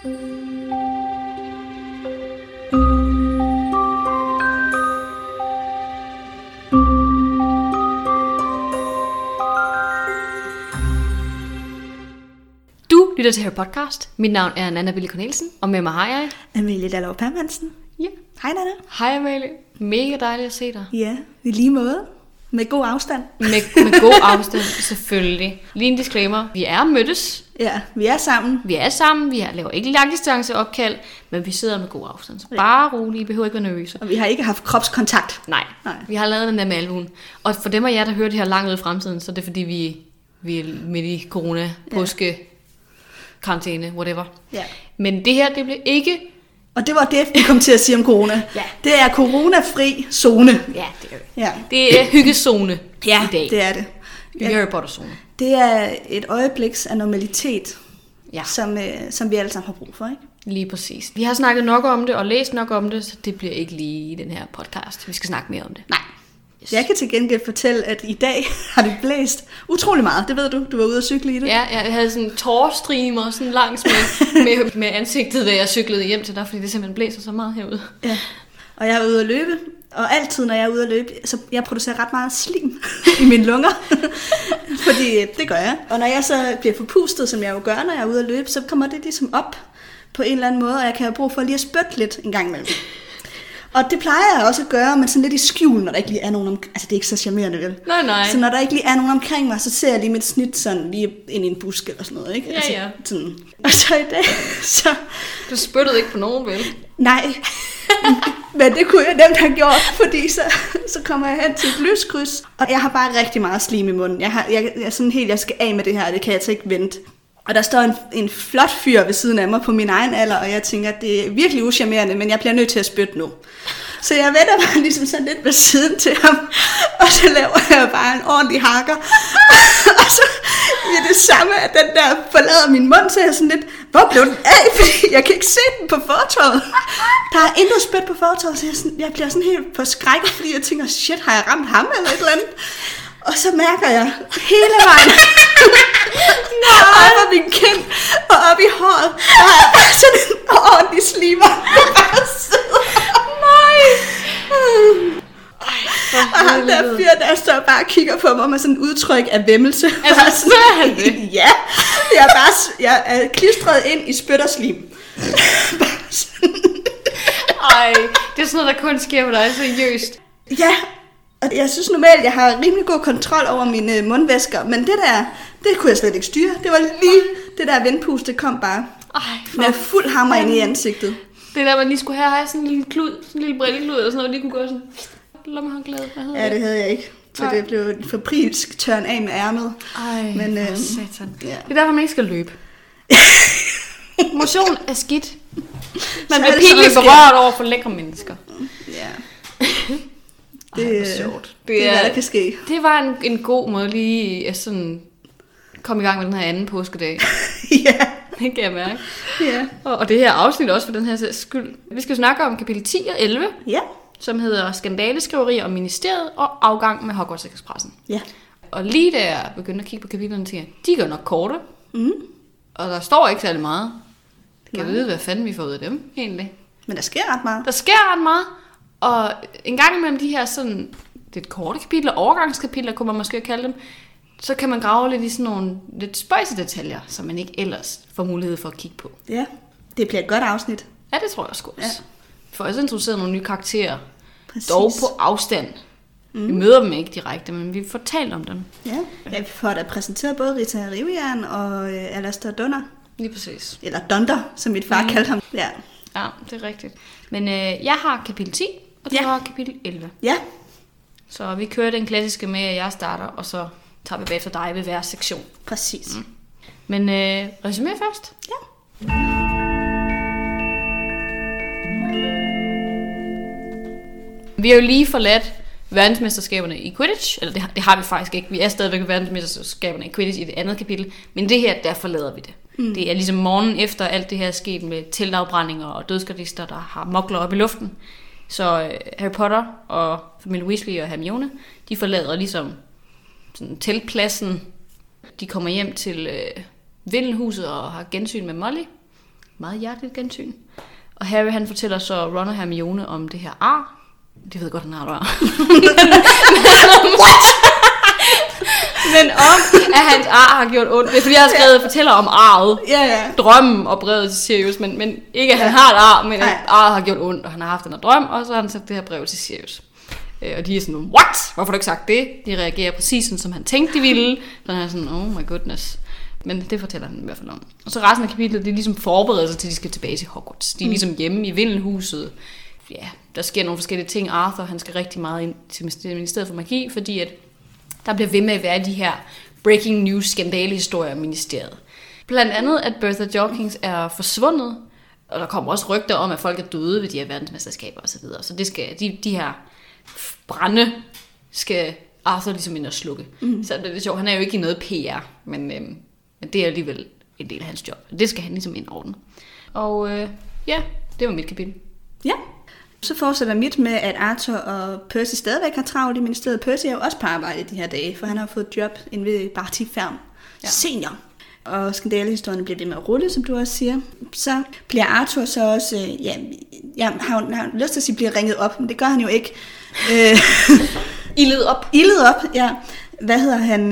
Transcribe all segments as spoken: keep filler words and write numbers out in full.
Du lytter til Harry Podcast. Mit navn er Nanna Bille Cornelsen, og med mig har jeg... Amelie Dallov Permansen. Ja. Hej Nanna. Hej Amalie. Mega dejligt at se dig. Ja, i lige måde. Med god afstand. Med, med god afstand, selvfølgelig. Lige en disclaimer. Vi er mødtes. Ja, vi er sammen. Vi er sammen. Vi laver ikke langdistanceopkald, men vi sidder med god afstand. Så bare roligt. I behøver ikke være nervøse. Og vi har ikke haft kropskontakt. Nej, Nej. Vi har lavet den der med alvuen. Og for dem af jer, der hører det her langt ud i fremtiden, så er det fordi, vi, vi er midt i corona, påske, ja. karantæne, whatever. Ja. Men det her, det blev ikke... Og det var det, vi kom til at sige om corona. Ja. Det er coronafri zone. Ja, det er det. Ja. Det er hyggezone ja, i dag. det er det. Det er Harry Potter-zone. Det er et øjebliks af normalitet, ja. som, øh, som vi alle sammen har brug for, ikke? Lige præcis. Vi har snakket nok om det og læst nok om det, så det bliver ikke lige i den her podcast. Vi skal snakke mere om det. Nej. Yes. Jeg kan til gengæld fortælle, at i dag har det blæst utrolig meget. Det ved du, du var ude at cykle i det. Ja, jeg havde sådan en tårerstreamer sådan langs med, med, med ansigtet, da jeg cyklede hjem til dig, fordi det simpelthen blæser så meget herude. Ja, og jeg er ude at løbe, og altid når jeg er ude at løbe, så jeg producerer ret meget slim i mine lunger, fordi det gør jeg. Og når jeg så bliver forpustet, som jeg jo gør, når jeg er ude at løbe, så kommer det ligesom op på en eller anden måde, og jeg kan have brug for lige at spytte lidt en gang imellem. Og det plejer jeg også at gøre, men sådan lidt i skjul, når der ikke lige er nogen omkring. Altså, det er ikke så charmerende, vel? Nej, nej. Så når der ikke lige er nogen omkring mig, så ser jeg lige mit snit sådan lige ind i en busk eller sådan noget, ikke? Ja, altså, ja. Sådan. Og så i dag, så... Du spyttede ikke på nogen, vel? Nej, men det kunne jeg nemt have gjort, fordi så, så kommer jeg hen til et lyskryds, og jeg har bare rigtig meget slim i munden. Jeg, har, jeg, jeg er sådan helt, jeg skal af med det her, det kan jeg altså ikke vente. Og der står en, en flot fyr ved siden af mig på min egen alder, og jeg tænker, at det er virkelig uschammerende, men jeg bliver nødt til at spytte nu. Så jeg vender mig ligesom sådan lidt ved siden til ham, og så laver jeg bare en ordentlig hakker. Og så er det samme, at den der forlader min mund, så jeg er sådan lidt, hvor blev den af? Fordi jeg kan ikke se den på fortovet. Der er intet spyt på fortovet, så jeg, sådan, jeg bliver sådan helt på skræk, fordi jeg tænker, shit, har jeg ramt ham eller et eller andet? Og så mærker jeg hele vejen op af min kind og op i håret, og jeg bare sådan en ordentlig slimer. Nej! Og ham der fyr, der står bare og kigger på mig med sådan et udtryk af væmmelse. Altså, så han det? Ja, jeg er bare jeg er klistret ind i spytterslim. Ej, det er sådan noget, der kun sker med dig, seriøst. Ja, og jeg synes normalt, jeg har rimelig god kontrol over mine mundvæsker, men det der, det kunne jeg slet ikke styre. Det var lige det der vindpust, det kom bare. Ej, med fuld hammer ind i ansigtet. Det der, man lige skulle have, have sådan en lille klud, sådan en lille brilleklud, eller sådan noget, lige kunne gå sådan, lommehåndklæde, hvad hedder det? Ja, det havde jeg ikke, så det blev fabrilsk tørn af med ærmet. Ej, men, øh, satan. Ja. Det er derfor, man ikke skal løbe. Motion er skidt. Man bliver pinligt berørt over for lækre mennesker. Ja. Det, Ej, det er sjovt. Det, det er, hvad der kan ske. Det var en, en god måde lige at sådan komme i gang med den her anden påskedag. Ja. Det kan jeg mærke. Ja. Og, og det her afsnit også for den her skyld. Vi skal snakke om kapitel ti og elleve, ja. Som hedder skandaleskriverier om ministeriet og afgang med Hogwarts Expressen. Ja. Og lige da jeg begyndte at kigge på kapitlerne, tænkte jeg, de gør nok korte. Mm. Og der står ikke særlig meget. Kan jeg vide, hvad fanden vi får ud af dem egentlig? Men der sker ret meget. Der sker ret meget. Og en gang imellem de her sådan lidt korte kapitler, overgangskapitler kunne man måske kalde dem, så kan man grave lidt i sådan nogle lidt spøjse detaljer, som man ikke ellers får mulighed for at kigge på. Ja, det bliver et godt afsnit. Ja, det tror jeg sgu også. Ja. Vi får også introduceret nogle nye karakterer. Præcis. Dog på afstand. Mm. Vi møder dem ikke direkte, men vi får talt om dem. Ja, ja vi får da præsenteret både Rita Rivejern og øh, Alastair Dunner. Lige præcis. Eller Dunder, som mit far mm. kaldte ham. Ja. Ja, det er rigtigt. Men øh, jeg har kapitel ti, og du ja. har kapitel elleve. Ja. Så vi kører den klassiske med, at jeg starter, og så tager vi bagefter dig ved hver sektion. Præcis. Mm. Men øh, resumé først. Ja. Vi har jo lige forladt verdensmesterskaberne i Quidditch, eller det har, det har vi faktisk ikke. Vi er stadigvæk ved verdensmesterskaberne i Quidditch i det andet kapitel, men det her, der forlader vi det. Mm. Det er ligesom morgenen efter alt det her er sket med teltafbrændinger og dødsgardister, der har mokler op i luften. Så øh, Harry Potter og familie Weasley og Hermione, de forlader ligesom sådan teltpladsen. De kommer hjem til øh, Vindelhuset og har gensyn med Molly. meget hjerteligt gensyn. Og Harry, han fortæller så Ron og Hermione om det her ar. De ved godt, han har det ar. Men om, at hans ar har gjort ondt. Det er fordi, jeg har skrevet fortæller om arret. Ja, ja. Drømmen og brevet til Sirius. Men, men ikke, at han ja. har et ar, men at arret har gjort ondt. Og han har haft den her drøm, og så har han sat det her brev til Sirius. Og de er sådan, what? Hvorfor har du ikke sagt det? De reagerer præcis sådan, som han tænkte, de ville. Så han er sådan, oh my goodness. Men det fortæller han i hvert fald om. Og så resten af kapitlet, det er ligesom forberedelse til, at de skal tilbage til Hogwarts. De er ligesom hjemme i Vindelhuset. Ja, der sker nogle forskellige ting. Arthur, han skal rigtig meget ind til Ministeriet for Magi, fordi at der bliver ved med at være de her breaking news skandalehistorier af ministeriet. Blandt andet, at Bertha Jorkins er forsvundet, og der kommer også rygter om, at folk er døde ved de her verdensmesterskaber osv. Så, videre. Så det skal, de, de her brænde skal Arthur ligesom ind og slukke. Mm. Så det er lidt sjovt. Han er jo ikke i noget P R, men, øhm, men det er alligevel en del af hans job. Det skal han ligesom indordne. Og øh, ja, det var mit kapitel. Ja. Så fortsætter mit med, at Arthur og Percy stadigvæk har travlt i ministeriet. Percy er jo også på arbejde de her dage, for han har fået job inde ved Barty Farm ja. Senior. Og skandalehistorien bliver ved med at rulle, som du også siger. Så bliver Arthur så også, ja, jeg har, har lyst til at sige, bliver ringet op, men det gør han jo ikke. Ildet op. Ildet op, ja. Hvad hedder han?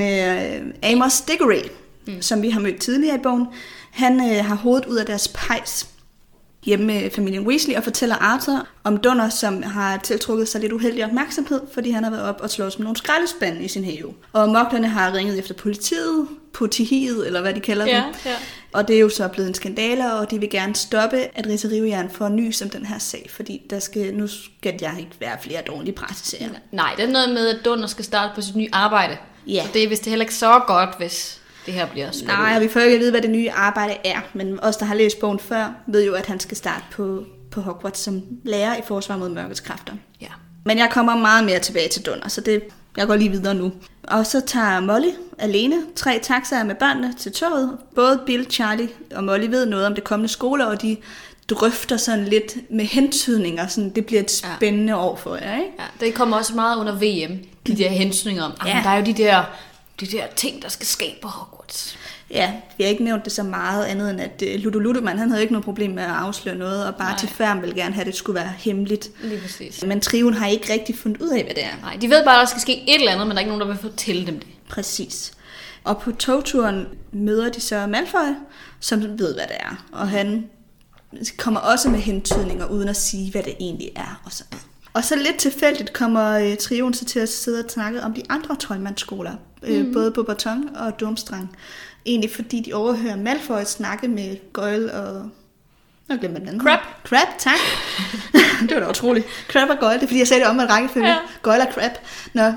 Amos Diggory, mm. som vi har mødt tidligere i bogen. Han øh, har hovedet ud af deres pejs hjemme med familien Weasley og fortæller Arthur om Dunder, som har tiltrukket sig lidt uheldig opmærksomhed, fordi han har været op og slået som nogle skraldespande i sin have. Og moklerne har ringet efter politiet, politiet, eller hvad de kalder ja, dem. Ja. Og det er jo så blevet en skandale, og de vil gerne stoppe, at Rita Rivejern får nys om den her sag, fordi der skal, nu skal der ikke være flere dårlige presseserier. Nej, det er noget med, at Dunder skal starte på sit nye arbejde. Ja. Så det er vist heller ikke så godt, hvis det her bliver spillet. Nej, og vi får ikke at vide, hvad det nye arbejde er, men os, der har læst bogen før, ved jo, at han skal starte på, på Hogwarts som lærer i forsvar mod mørkets kræfter. Ja. Men jeg kommer meget mere tilbage til Dunder, så det, jeg går lige videre nu. Og så tager Molly alene tre taxaer med børnene til toget. Både Bill, Charlie og Molly ved noget om det kommende skole, og de drøfter sådan lidt med hentydninger. Sådan, det bliver et spændende ja. år for jer, ikke? Ja, det kommer også meget under V M, de der hentydninger om. Ja. Der er jo de der, de der ting, der skal ske på Hogwarts. Ja, vi har ikke nævnt det så meget andet end, at uh, Ludo Ludoman, han havde ikke noget problem med at afsløre noget, og bare til færm ville gerne have, at det skulle være hemmeligt. Lige præcis. Men trioen har ikke rigtig fundet ud af, hvad det er. Nej, de ved bare, at der skal ske et eller andet, men der er ikke nogen, der vil fortælle dem det. Præcis. Og på togturen møder de så Malfoy, som ved, hvad det er. Og han kommer også med hentydninger, uden at sige, hvad det egentlig er. Og så, og så lidt tilfældigt kommer uh, trioen så til at sidde og snakke om de andre troldmandsskoler. Mm. Uh, både Beauxbaton og Durmstrang. Egentlig fordi de overhører Malfoy snakke med Goyle og... Nå, glemmer den anden. Crab. Crab, tak. Det var da utroligt. Crab og Goyle, det er fordi, jeg sagde det om en rækkefølge. Ja. Goyle og Crab. Nå,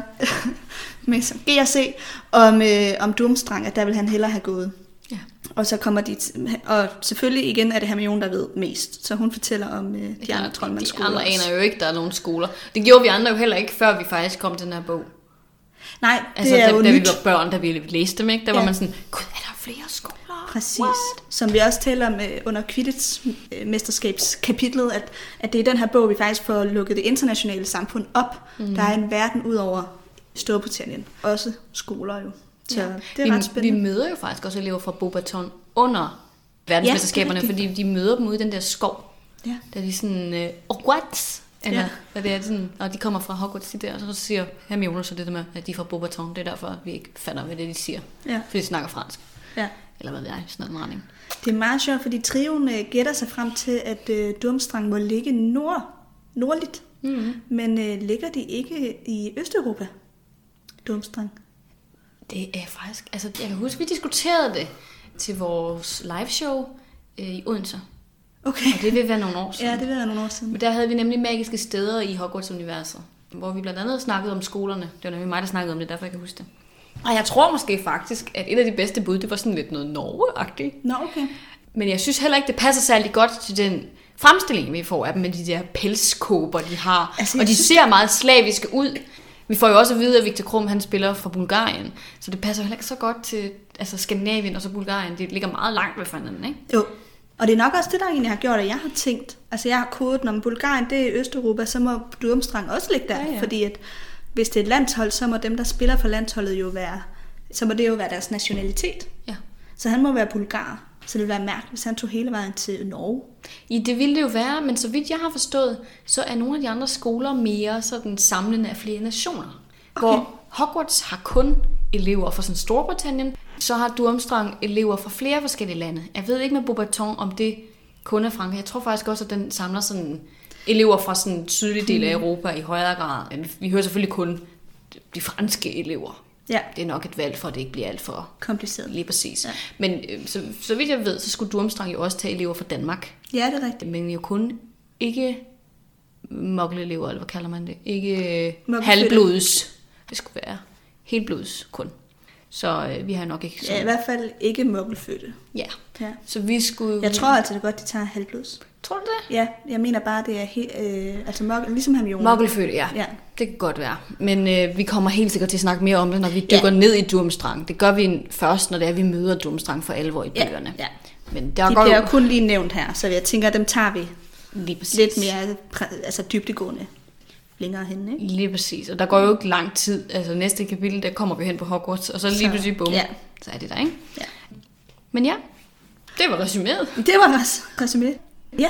men som G og C om, øh, om Durmstrang, at der vil han hellere have gået. Ja. Og så kommer de... T- og selvfølgelig igen er det Hermione, der ved mest. Så hun fortæller om øh, de ja, andre troldmandsskoler. De andre aner jo ikke, der er nogen skoler. Det gjorde vi andre jo heller ikke, før vi faktisk kom til den her bog. Nej, det altså, er da, jo da nyt. vi var børn, da vi læste dem, ikke? Der ja. var man sådan, gud, er der flere skoler? Præcis. What? Som vi også taler om uh, under Quidditch-mesterskabskapitlet, at, at det er den her bog, vi faktisk får lukket det internationale samfund op. Mm. Der er en verden ud over Storbritannien. Også skoler jo. Så ja. det er vi, ret spændende. Vi møder jo faktisk også elever fra Beauxbaton under verdensmesterskaberne, ja, fordi de møder dem ude i den der skov. Ja. Der er de sådan, uh, oh, what? Eller ja. hvad det er, sådan, og de kommer fra Hogwarts, de der, og så siger Hermione så det der med, at de er fra Beauxbaton. Det er derfor, at vi ikke fatter, hvad det de siger. Ja. Fordi de snakker fransk. Ja. Eller hvad det er, sådan en retning. Det er meget sjovt, fordi trioen gætter sig frem til, at uh, Durmstrang må ligge nord, nordligt. Mm-hmm. Men uh, ligger de ikke i Østeuropa, Durmstrang? Det er faktisk, altså jeg kan huske, vi diskuterede det til vores liveshow øh, i Odense. Okay. Og det vil være nogle år siden. Ja, det vil være nogle år siden. Men der havde vi nemlig magiske steder i Hogwarts-universet, hvor vi blandt andet snakkede om skolerne. Det var nemlig mig, der snakkede om det, derfor jeg kan huske det. Og jeg tror måske faktisk, at et af de bedste bud, det var sådan lidt noget Norge-agtigt. Nå, okay. Men jeg synes heller ikke, det passer særlig godt til den fremstilling, vi får af dem med de der pelskåber, de har. Altså, og de synes... ser meget slaviske ud. Vi får jo også at vide, at Viktor Krum, han spiller fra Bulgarien. Så det passer heller ikke så godt til altså Skandinavien og så Bulgarien. Det ligger meget langt ved hinanden, ikke? Jo. Og det er nok også det, der egentlig har gjort, at jeg har tænkt, altså jeg har kodet, når Bulgarien det er Østeuropa, så må Durmstrang også ligge der, ja, ja. Fordi at hvis det er et landshold, så må dem, der spiller for landsholdet jo være, så må det jo være deres nationalitet. Ja. Så han må være bulgar. Så det ville være mærkeligt, hvis han tog hele vejen til Norge. I det ville det jo være, men så vidt jeg har forstået, så er nogle af de andre skoler mere sådan samlende af flere nationer. Okay. Hvor Hogwarts har kun elever fra sådan Storbritannien, så har Durmstrang elever fra flere forskellige lande. Jeg ved ikke med Beauxbatons, om det kun er Frankrig. Jeg tror faktisk også, at den samler sådan elever fra sådan en sydlig del af Europa i højere grad. Vi hører selvfølgelig kun de franske elever. Ja. Det er nok et valg for, at det ikke bliver alt for kompliceret. Lige præcis. Ja. Men øh, så, så vidt jeg ved, så skulle Durmstrang jo også tage elever fra Danmark. Ja, det er rigtigt. Men jo kun ikke muggle-elever, eller hvad kalder man det? Ikke halvblods. Det skulle være helblods kun. Så øh, vi har nok ikke sådan... Ja, i hvert fald ikke muggelfødte. Ja. ja. Så vi skulle... Jeg tror altså det godt, de tager halvblods. Tror du det? Ja, jeg mener bare, det er helt... Øh, altså muggle, ligesom Hermione. Muggelfødte, ja. ja. Det kan godt være. Men øh, vi kommer helt sikkert til at snakke mere om det, når vi dykker ja. ned i Durmstrang. Det gør vi først, når det er, vi møder Durmstrang for alvor i bøgerne. Ja, ja. Men der de går bliver jo kun lige nævnt her, så jeg tænker, dem tager vi lige præcis. lidt mere altså dybdegående længere hen, ikke? Lige præcis. Og der går jo ikke lang tid. Altså næste kapitel, der kommer vi hen på Hogwarts, og så lige pludselig bum, ja. så er det der, ikke? Ja. Men ja, det var resuméet. Det var også resumé. Ja.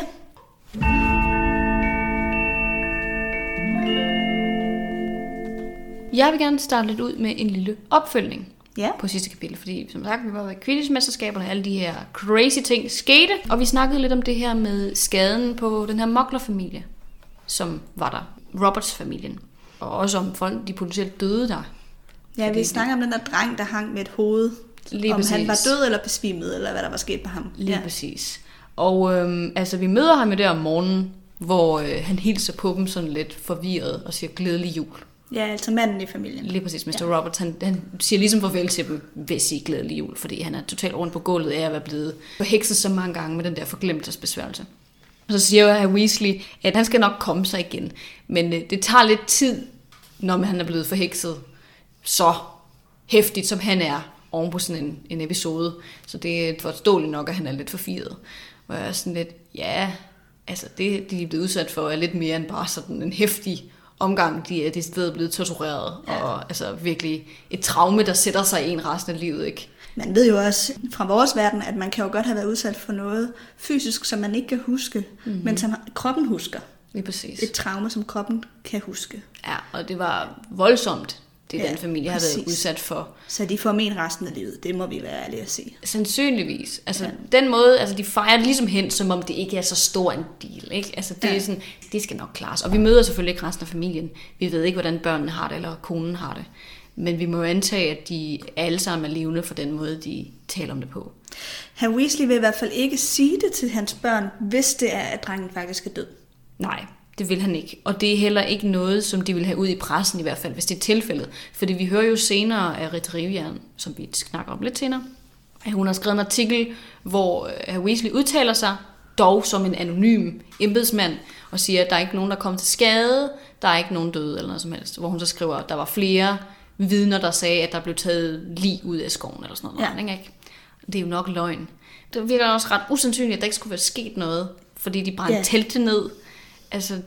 Jeg vil gerne starte lidt ud med en lille opfølgning ja. på sidste kapitel, fordi som sagt, vi var ved Quidditch-mesterskaberne, og alle de her crazy ting skete, og vi snakkede lidt om det her med skaden på den her Muggler-familie, som var der, Roberts-familien, og også om folk, de potentielt døde der. Ja, vi snakker om den der dreng, der hang med et hoved, lige om præcis. Han var død eller besvimet, eller hvad der var sket på ham. Lige ja. præcis. Og øhm, altså, vi møder ham jo der om morgenen, hvor øh, han hilser på dem sådan lidt forvirret og siger glædelig jul. Ja, altså manden i familien. Lige præcis, mister Ja. Roberts, han, han siger ligesom farvel til dem ved at sige glædelig jul, fordi han er totalt rundt på gulvet af at være blevet forhekset så mange gange med den der forglemtelsesbesværgelse. Og så siger jeg Weasley, at han skal nok komme sig igen, men øh, det tager lidt tid, når han er blevet forhekset så hæftigt, som han er oven på sådan en, en episode. Så det er forståeligt nok, at han er lidt forvirret. Hvor jeg er sådan lidt, ja, altså det, de er blevet udsat for, er lidt mere end bare sådan en hæftig omgang. De er det sted blevet tortureret, ja. og altså virkelig et traume, der sætter sig i en resten af livet, ikke? Man ved jo også fra vores verden, at man kan jo godt have været udsat for noget fysisk, som man ikke kan huske, mm-hmm. men som kroppen husker. Lige præcis. Et traume, som kroppen kan huske. Ja, og det var voldsomt, det ja, den familie har været udsat for. Så de får men resten af livet, det må vi være ærlige at sige. Sandsynligvis. Altså ja. den måde, altså de fejrer det ligesom hen, som om det ikke er så stor en deal, ikke? Altså det ja. er sådan, det skal nok klares. Og vi møder selvfølgelig ikke resten af familien. Vi ved ikke, hvordan børnene har det, eller konen har det. Men vi må jo antage, at de alle sammen er levende for den måde, de taler om det på. Herr Weasley vil i hvert fald ikke sige det til hans børn, hvis det er, at drengen faktisk er død. Nej, det vil han ikke. Og det er heller ikke noget, som de vil have ud i pressen i hvert fald, hvis det er tilfældet. Fordi vi hører jo senere af Rita Rivian, som vi snakker om lidt senere, at hun har skrevet en artikel, hvor Herr Weasley udtaler sig, dog som en anonym embedsmand, og siger, at der er ikke nogen, der kommer til skade, der er ikke nogen døde eller noget som helst. Hvor hun så skriver, at der var flere vidner, der sagde, at der blev taget lig ud af skoven eller sådan noget. Ja. Ikke? Det er jo nok løgn. Det virker også ret usandsynligt, at der ikke skulle være sket noget, fordi de brændte ja. teltet ned. Altså...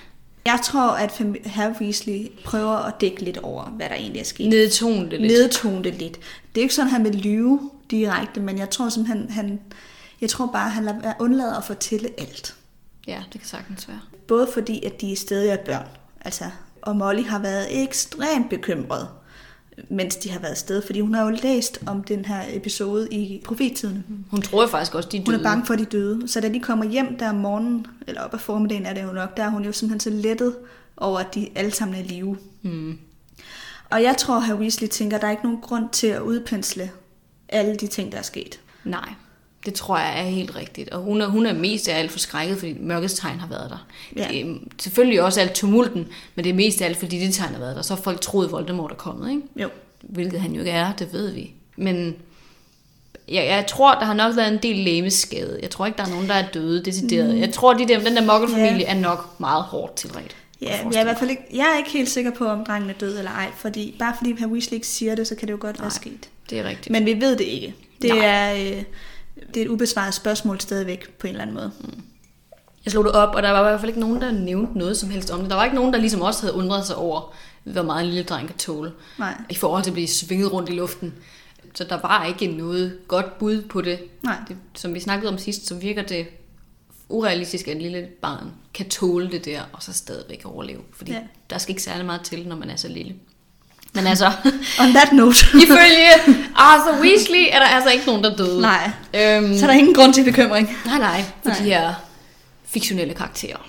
Jeg tror, at Herr Weasley prøver at dække lidt over, hvad der egentlig er sket. Nedtone det lidt. Nedtone det lidt. Det er ikke sådan, at han vil lyve direkte, men jeg tror simpelthen, han, jeg tror bare, han undlader at fortælle alt. Ja, det kan sagtens være. Både fordi, at de stadig er børn. Altså, og Molly har været ekstremt bekymret, mens de har været afsted, fordi hun har jo læst om den her episode i profettiden. Hun tror faktisk også, de er døde. Hun er bange for, at de døde. Så da de kommer hjem der om morgenen, eller op ad formiddagen er det jo nok, der er hun jo simpelthen så lettet over, at de alle sammen er i live. Mm. Og jeg tror, at Herr Weasley tænker, at der er ikke nogen grund til at udpensle alle de ting, der er sket. Nej, det tror jeg er helt rigtigt. Og hun er, hun er mest af alt forskrækket, fordi mørkets tegn har været der. Ja. Det er selvfølgelig også alt tumulten, men det er mest af alt, fordi de tegn har været der. Så har folk troet, Voldemort er kommet, ikke? Jo. Hvilket han jo ikke er, det ved vi. Men jeg, jeg tror, der har nok været en del lægemeskade. Jeg tror ikke, der er nogen, der er døde decideret. Mm. Jeg tror, de der, den der Muggle-familie yeah. er nok meget hårdt tilret. Ja, jeg er, i hvert fald ikke, jeg er ikke helt sikker på, om drengen er død eller ej. Fordi, bare fordi Herr Weasley ikke siger det, så kan det jo godt Nej, være sket. Det er rigtigt. Men vi ved det ikke. Det er, øh, det er et ubesvaret spørgsmål stadigvæk på en eller anden måde. Mm. Jeg slog det op, og der var i hvert fald ikke nogen, der nævnte noget som helst om det. Der var ikke nogen, der ligesom også havde undret sig over, hvor meget en lille dreng kan tåle. Nej. I forhold til at blive svinget rundt i luften. Så der var ikke noget godt bud på det. Nej. det. Som vi snakkede om sidst, så virker det urealistisk, at en lille barn kan tåle det der, og så stadigvæk overleve. Fordi ja. Der skal ikke særlig meget til, når man er så lille. Men altså... On that note. ifølge Arthur Weasley er der altså ikke nogen, der døde. Nej. Øhm, så er der ingen grund til bekymring. Nej, nej. For nej. de her fiktionelle karakterer.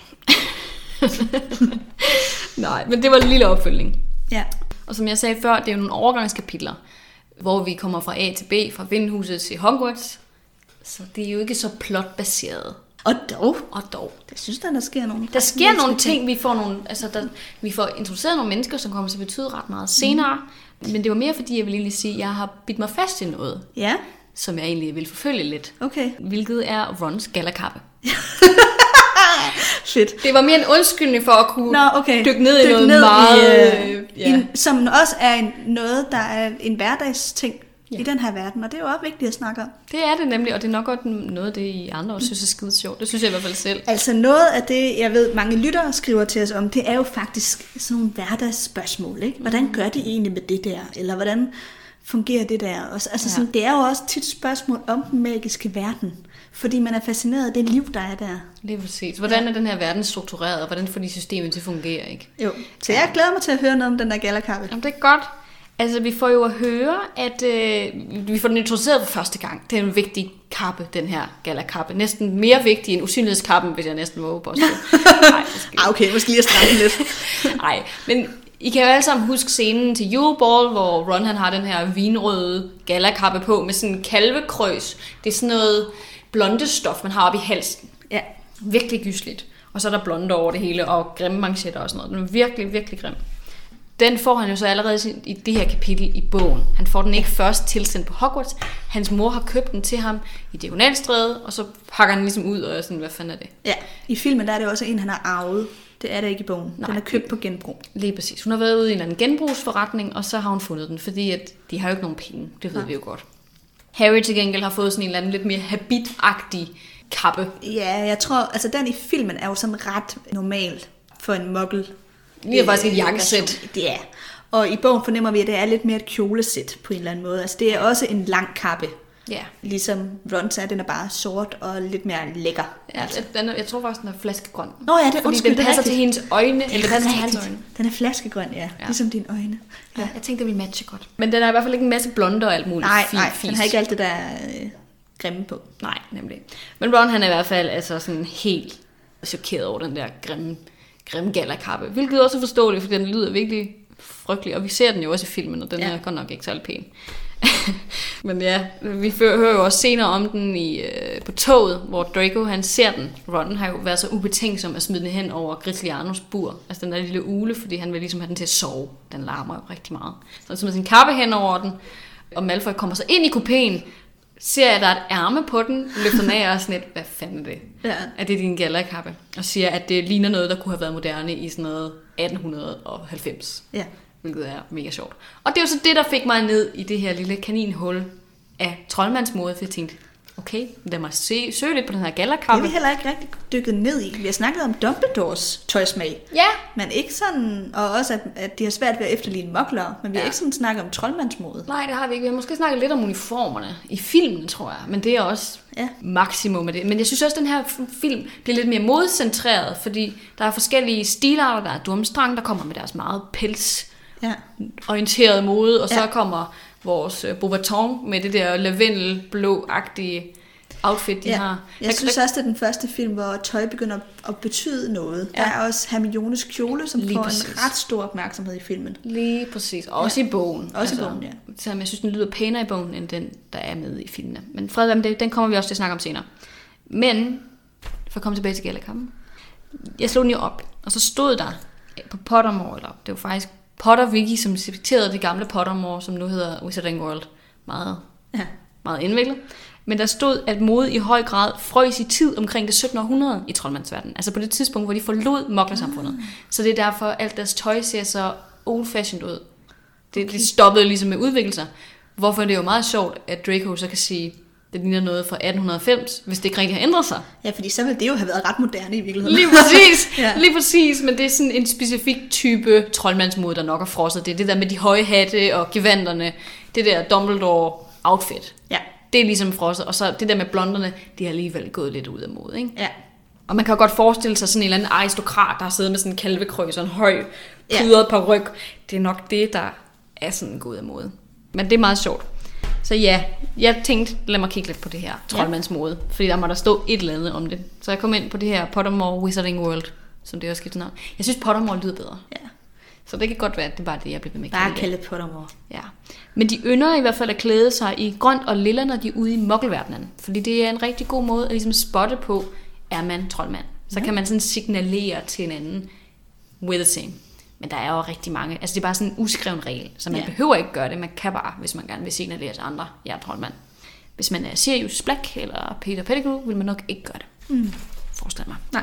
Nej, men det var en lille opfølgning. Ja. Og som jeg sagde før, det er jo nogle overgangskapitler, hvor vi kommer fra A til B, fra Vindhuset til Hogwarts. Så det er jo ikke så plotbaseret. Og dog. Og dog. Jeg synes, der, der sker nogle... Der sker nogle ting, vi får nogle... Altså, der, vi får introduceret nogle mennesker, som kommer til at betyde ret meget senere. Mm. Men det var mere fordi, jeg vil egentlig sige, at jeg har bidt mig fast i noget. Ja. Som jeg egentlig vil forfølge lidt. Okay. Hvilket er Rons gallerkappe. Fedt. Det var mere en undskyldning for at kunne Nå, okay. dykke ned Dyk i noget ned meget... I, øh, ja. en, som også er en, noget, der er en hverdagsting ja. I den her verden. Og det er jo også vigtigt at snakke om. Det er det nemlig, og det er nok godt noget af det, I andre også synes er skide sjovt. Det synes jeg i hvert fald selv. Altså noget af det, jeg ved, mange lyttere skriver til os om, det er jo faktisk sådan nogle hverdagsspørgsmål. Ikke? Hvordan gør de egentlig med det der? Eller hvordan fungerer det der? Altså, ja. sådan, det er jo også tit spørgsmål om den magiske verden. Fordi man er fascineret af det liv, der er der. Lige præcis. Hvordan er den her verden struktureret, og hvordan får de systemet til at fungere, ikke? Jo, så jeg glæder mig til at høre noget om den der gallerkappe. Jamen, det er godt. Altså, vi får jo at høre, at øh, vi får den introduceret for første gang. Det er en vigtig kappe, den her gallerkappe. Næsten mere vigtig end usynlighedskappen, hvis jeg næsten våger på. Nej, ah, okay, måske lige at stramme lidt. Nej, men I kan jo alle sammen huske scenen til Juleball, hvor Ron han har den her vinrøde gallerkappe på med sådan en kalvekrøs. Det er sådan noget blonde stof, man har oppe i halsen. Ja. Virkelig gysligt. Og så er der blonde over det hele, og grimme manchetter og sådan noget. Den er virkelig, virkelig grim. Den får han jo så allerede i det her kapitel i bogen. Han får den ikke først tilsendt på Hogwarts. Hans mor har købt den til ham i Diagonalstræde, og så pakker han ligesom ud og er sådan, hvad fanden er det? Ja, i filmen der er det også en, han har arvet. Det er det ikke i bogen. Nej. Den er købt på genbrug. Lige præcis. Hun har været ude i en eller anden genbrugsforretning, og så har hun fundet den, fordi at de har jo ikke nogen penge. Det ved Nej. vi jo godt. Harry til gengæld har fået sådan en eller anden lidt mere habitagtig kappe. Ja, jeg tror, altså den i filmen er jo sådan ret normal for en muggle. Det er faktisk et jakkesæt. Det er. Og i bogen fornemmer vi, at det er lidt mere et kjolesæt på en eller anden måde. Altså det er også en lang kappe. Ja. Ligesom Ron's er, den er bare sort og lidt mere lækker. Ja, altså. den er, jeg tror faktisk, den er flaskegrøn. Nå ja, det er undskyld, den passer det er til hendes øjne, eller den passer til hans øjne. Den er flaskegrøn, ja. ja. Ligesom dine øjne. Ja. Ja, jeg tænkte, det ville matche godt. Men den har i hvert fald ikke en masse blonde og alt muligt. Nej, fin, nej, fis. den har ikke alt det der øh, grimme på. Nej, nemlig. Men Ron han er i hvert fald altså sådan helt chokeret over den der grimme, grimme gallerkappe. Hvilket også er forståeligt, for den lyder virkelig frygtelig. Og vi ser den jo også i filmen, og den ja. er godt nok ikke særlig pæn. Men ja, vi hører jo også senere om den i, øh, på toget, hvor Draco han ser den. Ron har jo været så ubetænksom at smide den hen over Grizzlianos bur. Altså den der lille ule, fordi han vil ligesom have den til at sove. Den larmer jo rigtig meget. Så han smider sin kappe hen over den, og Malfoy kommer så ind i kupéen, ser jeg, at der er et ærme på den, løfter den af og sådan lidt, hvad fanden er det? Ja. Er det din gallerkappe? Og siger, at det ligner noget, der kunne have været moderne i sådan noget atten halvfems. Ja. Hvilket er mega sjovt. Og det er jo så det, der fik mig ned i det her lille kaninhul af troldmandsmode, for jeg tænkte, okay, lad mig se, søge lidt på den her gallerkappe. Det har vi heller ikke rigtig dykket ned i. Vi har snakket om Dumbledores tøjsmag. Ja. Men ikke sådan, og også at, at de har svært ved at efterligne mugglere, men vi ja. har ikke sådan snakket om troldmandsmode. Nej, det har vi ikke. Vi har måske snakket lidt om uniformerne i filmen, tror jeg. Men det er også ja. maksimum af det. Men jeg synes også, at den her film bliver lidt mere modcentreret, fordi der er forskellige stilarter. Der er Durmstrang, der kommer med deres meget pels ja. orienteret mode, og så ja. kommer vores uh, Beauxbaton med det der lavendelblå-agtige outfit, de ja. har. Jeg der, synes der... også, det er den første film, hvor tøj begynder at betyde noget. Ja. Der er også Hermiones kjole, som Lige får præcis. en ret stor opmærksomhed i filmen. Lige præcis. Også ja. i bogen. Også altså, i bogen, ja. Selvom jeg synes, den lyder pænere i bogen, end den, der er med i filmene. Men fred med det, den kommer vi også til at snakke om senere. Men, for at komme tilbage til gallerkappen. Jeg slog den jo op, og så stod der på Pottermore, eller det var faktisk Potter Wiki, som citerede det gamle Pottermore, som nu hedder Wizarding World. Meget, ja. meget indviklet. Men der stod, at mode i høj grad frøs i tid omkring det syttende århundrede i troldmandsverdenen. Altså på det tidspunkt, hvor de forlod muglersamfundet. Mm. Så det er derfor, alt deres tøj ser så old-fashioned ud. Det, okay. det stoppede ligesom med udvikkelser. Hvorfor det er jo meget sjovt, at Draco så kan sige, det ligner noget fra atten halvfems, hvis det ikke rigtig har ændret sig. Ja, fordi så ville det jo have været ret moderne i virkeligheden. Lige præcis, ja. lige præcis, men det er sådan en specifik type troldmandsmode, der nok er frosset. Det er det der med de høje hatte og gevanderne, det der Dumbledore outfit. Ja. Det er ligesom frosset, og så det der med blonderne, det er alligevel gået lidt ud af mode, ikke? Ja. Og man kan jo godt forestille sig sådan en eller anden aristokrat, der har siddet med sådan en kalvekrøs og en høj, pudret ja. Paryk. Det er nok det, der er sådan gået af mode. Men det er meget sjovt. Så ja, jeg tænkte, lad mig kigge lidt på det her troldmandsmode, ja. Fordi der må der stå et eller andet om det. Så jeg kom ind på det her Pottermore Wizarding World, som det også skifter navn. Jeg synes, Pottermore lyder bedre. Ja. Så det kan godt være, at det er bare det, jeg bliver ved med at kalde det. Bare kalde det Pottermore. Ja. Men de ynder i hvert fald at klæde sig i grønt og lilla, når de er ude i muggelverdenen. Fordi det er en rigtig god måde at ligesom spotte på, er man troldmand. Så ja. Kan man sådan signalere til hinanden, we're the same. Men der er jo rigtig mange, altså det er bare sådan en uskreven regel, så man ja. Behøver ikke gøre det, man kan bare, hvis man gerne vil signalere til andre, jeg er troldmand. Hvis man er Sirius Black eller Peter Pettigrew, vil man nok ikke gøre det. Mm. Forestil mig. Nej.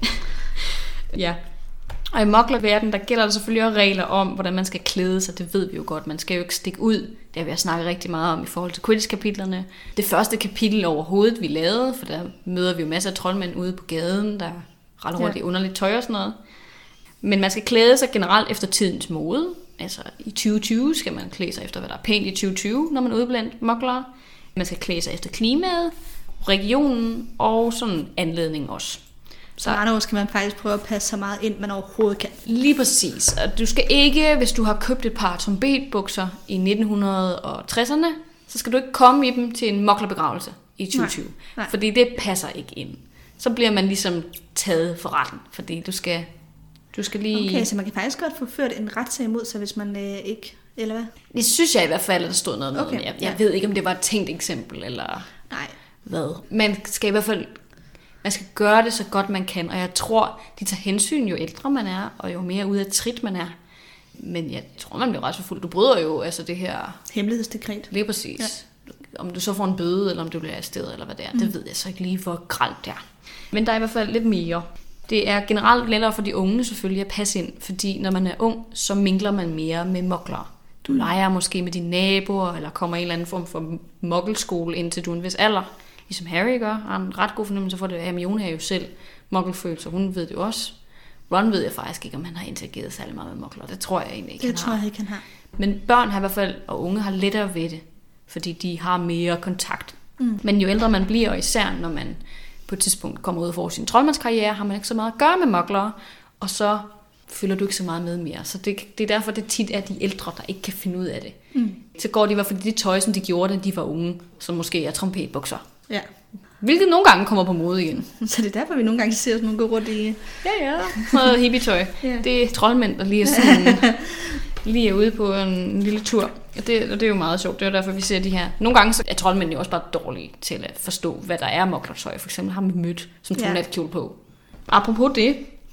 Ja. Og i muglerverdenen, der gælder der selvfølgelig også regler om, hvordan man skal klæde sig, det ved vi jo godt, man skal jo ikke stikke ud. Det har vi snakket rigtig meget om i forhold til Quidditch-kapitlerne. Det første kapitel overhovedet, vi lavede, for der møder vi jo masser af troldmænd ude på gaden, der retter rundt ja. I underligt tøj og sådan noget. Men man skal klæde sig generelt efter tidens mode. Altså i tyve tyve skal man klæde sig efter, hvad der er pænt i tyve tyve, når man er ude blandt muglere. Man skal klæde sig efter klimaet, regionen og sådan anledning også. Så andre år skal man faktisk prøve at passe så meget ind, man overhovedet kan. Lige præcis. Og du skal ikke, hvis du har købt et par trompetbukser i nitten tresserne, så skal du ikke komme i dem til en muglerbegravelse i tyve tyve. Nej, nej. Fordi det passer ikke ind. Så bliver man ligesom taget for retten, fordi du skal... Du skal lige... Okay, så man kan faktisk godt få ført en retssag imod sig, hvis man øh, ikke... Eller hvad? Det synes jeg i hvert fald, at der stod noget okay, med. Jeg, ja. jeg ved ikke, om det var et tænkt eksempel, eller nej. Hvad. Man skal i hvert fald... Man skal gøre det så godt man kan, og jeg tror, de tager hensyn, jo ældre man er, og jo mere ud af trit man er. Men jeg tror, man bliver ret så fuld. Du bryder jo altså det her... Hemmelighedsdekret. Lige præcis. Ja. Om du så får en bøde, eller om du bliver arresteret, eller hvad det er, mm. det ved jeg så ikke lige, hvor grelt det er. Men der er i hvert fald lidt mere... Det er generelt lettere for de unge selvfølgelig at passe ind, fordi når man er ung, så mingler man mere med muglere. Du leger måske med dine naboer, eller kommer i en eller anden form for muggelskole, indtil du er en vis alder. Ligesom Harry gør, har en ret god fornemmelse for det. Hermione er jo selv muggelfølelse, hun ved det jo også. Ron ved jeg faktisk ikke, om han har interageret særlig meget med muglere. Det tror jeg egentlig ikke, det han tror har. jeg ikke, han har. Men børn har i hvert fald, og unge har lettere ved det, fordi de har mere kontakt. Mm. Men jo ældre man bliver, og især når man på et tidspunkt kommer ud for sin troldmandskarriere, har man ikke så meget at gøre med muglere, og så følger du ikke så meget med mere. Så det, det er derfor, det tit er de ældre, der ikke kan finde ud af det. Mm. Så går de i hvert fald det tøj, som de gjorde, da de var unge, som måske er trompetbukser. Ja. Hvilket nogle gange kommer på mode igen. Så det er derfor, vi nogle gange ser, at nogen går rundt i... Ja, ja. Noget hippie-tøj. Ja. Det er troldmænd, der lige er sådan... lige er ude på en lille tur. Og det, og det er jo meget sjovt. Det er derfor, vi ser de her... Nogle gange så er troldmænd jo også bare dårlige til at forstå, hvad der er muglertøj. For eksempel ham mødt, som tog ja. Natkjole på. Apropos det,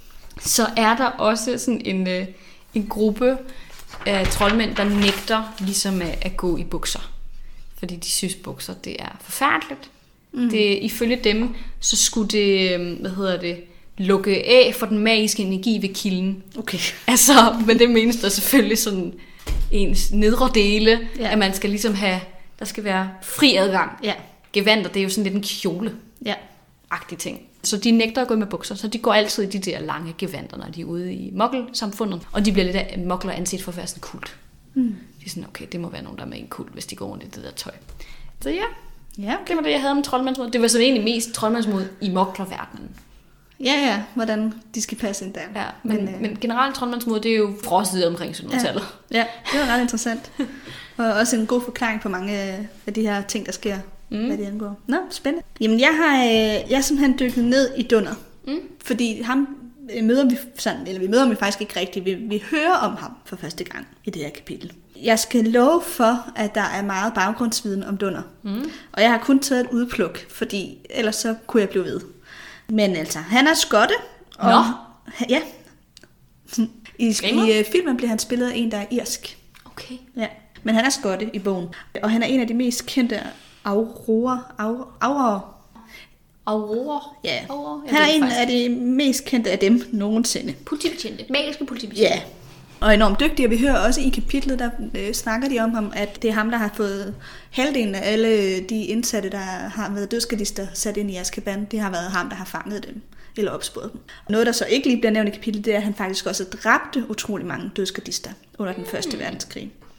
så er der også sådan en, en gruppe af troldmænd, der nægter ligesom at, at gå i bukser. Fordi de synes, bukser det er forfærdeligt. Mm. Det, ifølge dem, så skulle det, hvad hedder det, lukke af for den magiske energi ved kilden. Okay. Altså, men det menes der selvfølgelig sådan ens nedre dele, ja. At man skal ligesom have, der skal være fri adgang. Ja. Gevanter, det er jo sådan lidt en kjole. Ja. Agtig ting. Så de nægter at gå med bukser, så de går altid i de der lange gevanter, når de er ude i muggelsamfundet. Og de bliver lidt af mugler anset for at være sådan kult. Mm. De er sådan, okay, det må være nogen, der er med en kult, hvis de går rundt i det der tøj. Så ja, ja okay. Det var det, jeg havde om troldmandsmode. Det var så egentlig mest troldmandsmode i muglerverdenen. Ja, ja, hvordan de skal passe ind der. Ja, men, men, øh... men generelt troldmandsmode, det er jo frosset omkring sytten-tallet. Ja, ja, det var ret interessant. Og også en god forklaring på mange af de her ting, der sker, mm. hvad det angår. Nå, spændende. Jamen, jeg har, jeg har simpelthen dykket ned i Dunder. Mm. Fordi ham møder vi sådan, eller vi møder ham faktisk ikke rigtigt. Vi, vi hører om ham for første gang i det her kapitel. Jeg skal love for, at der er meget baggrundsviden om Dunder. Mm. Og jeg har kun taget et udpluk, fordi ellers så kunne jeg blive ved. Men altså, han er skotte. Og, Nå? Ja. I, i uh, filmen bliver han spillet af en, der er irsk. Okay. Ja. Men han er skotte i bogen. Og han er en af de mest kendte aurorer. Aurorer. Aurorer? Ja. Aurora. Han er en af de mest kendte af dem nogensinde. Politibetjente. Magiske politibetjente. Ja. Og enormt dygtig, og vi hører også i kapitlet, der øh, snakker de om ham, at det er ham, der har fået halvdelen af alle de indsatte, der har været dødsgardister sat ind i Azkaban. Det har været ham, der har fanget dem, eller opsporet dem. Noget, der så ikke lige bliver nævnt i kapitlet, det er, at han faktisk også dræbte utrolig mange dødsgardister under den første mm. verdenskrig.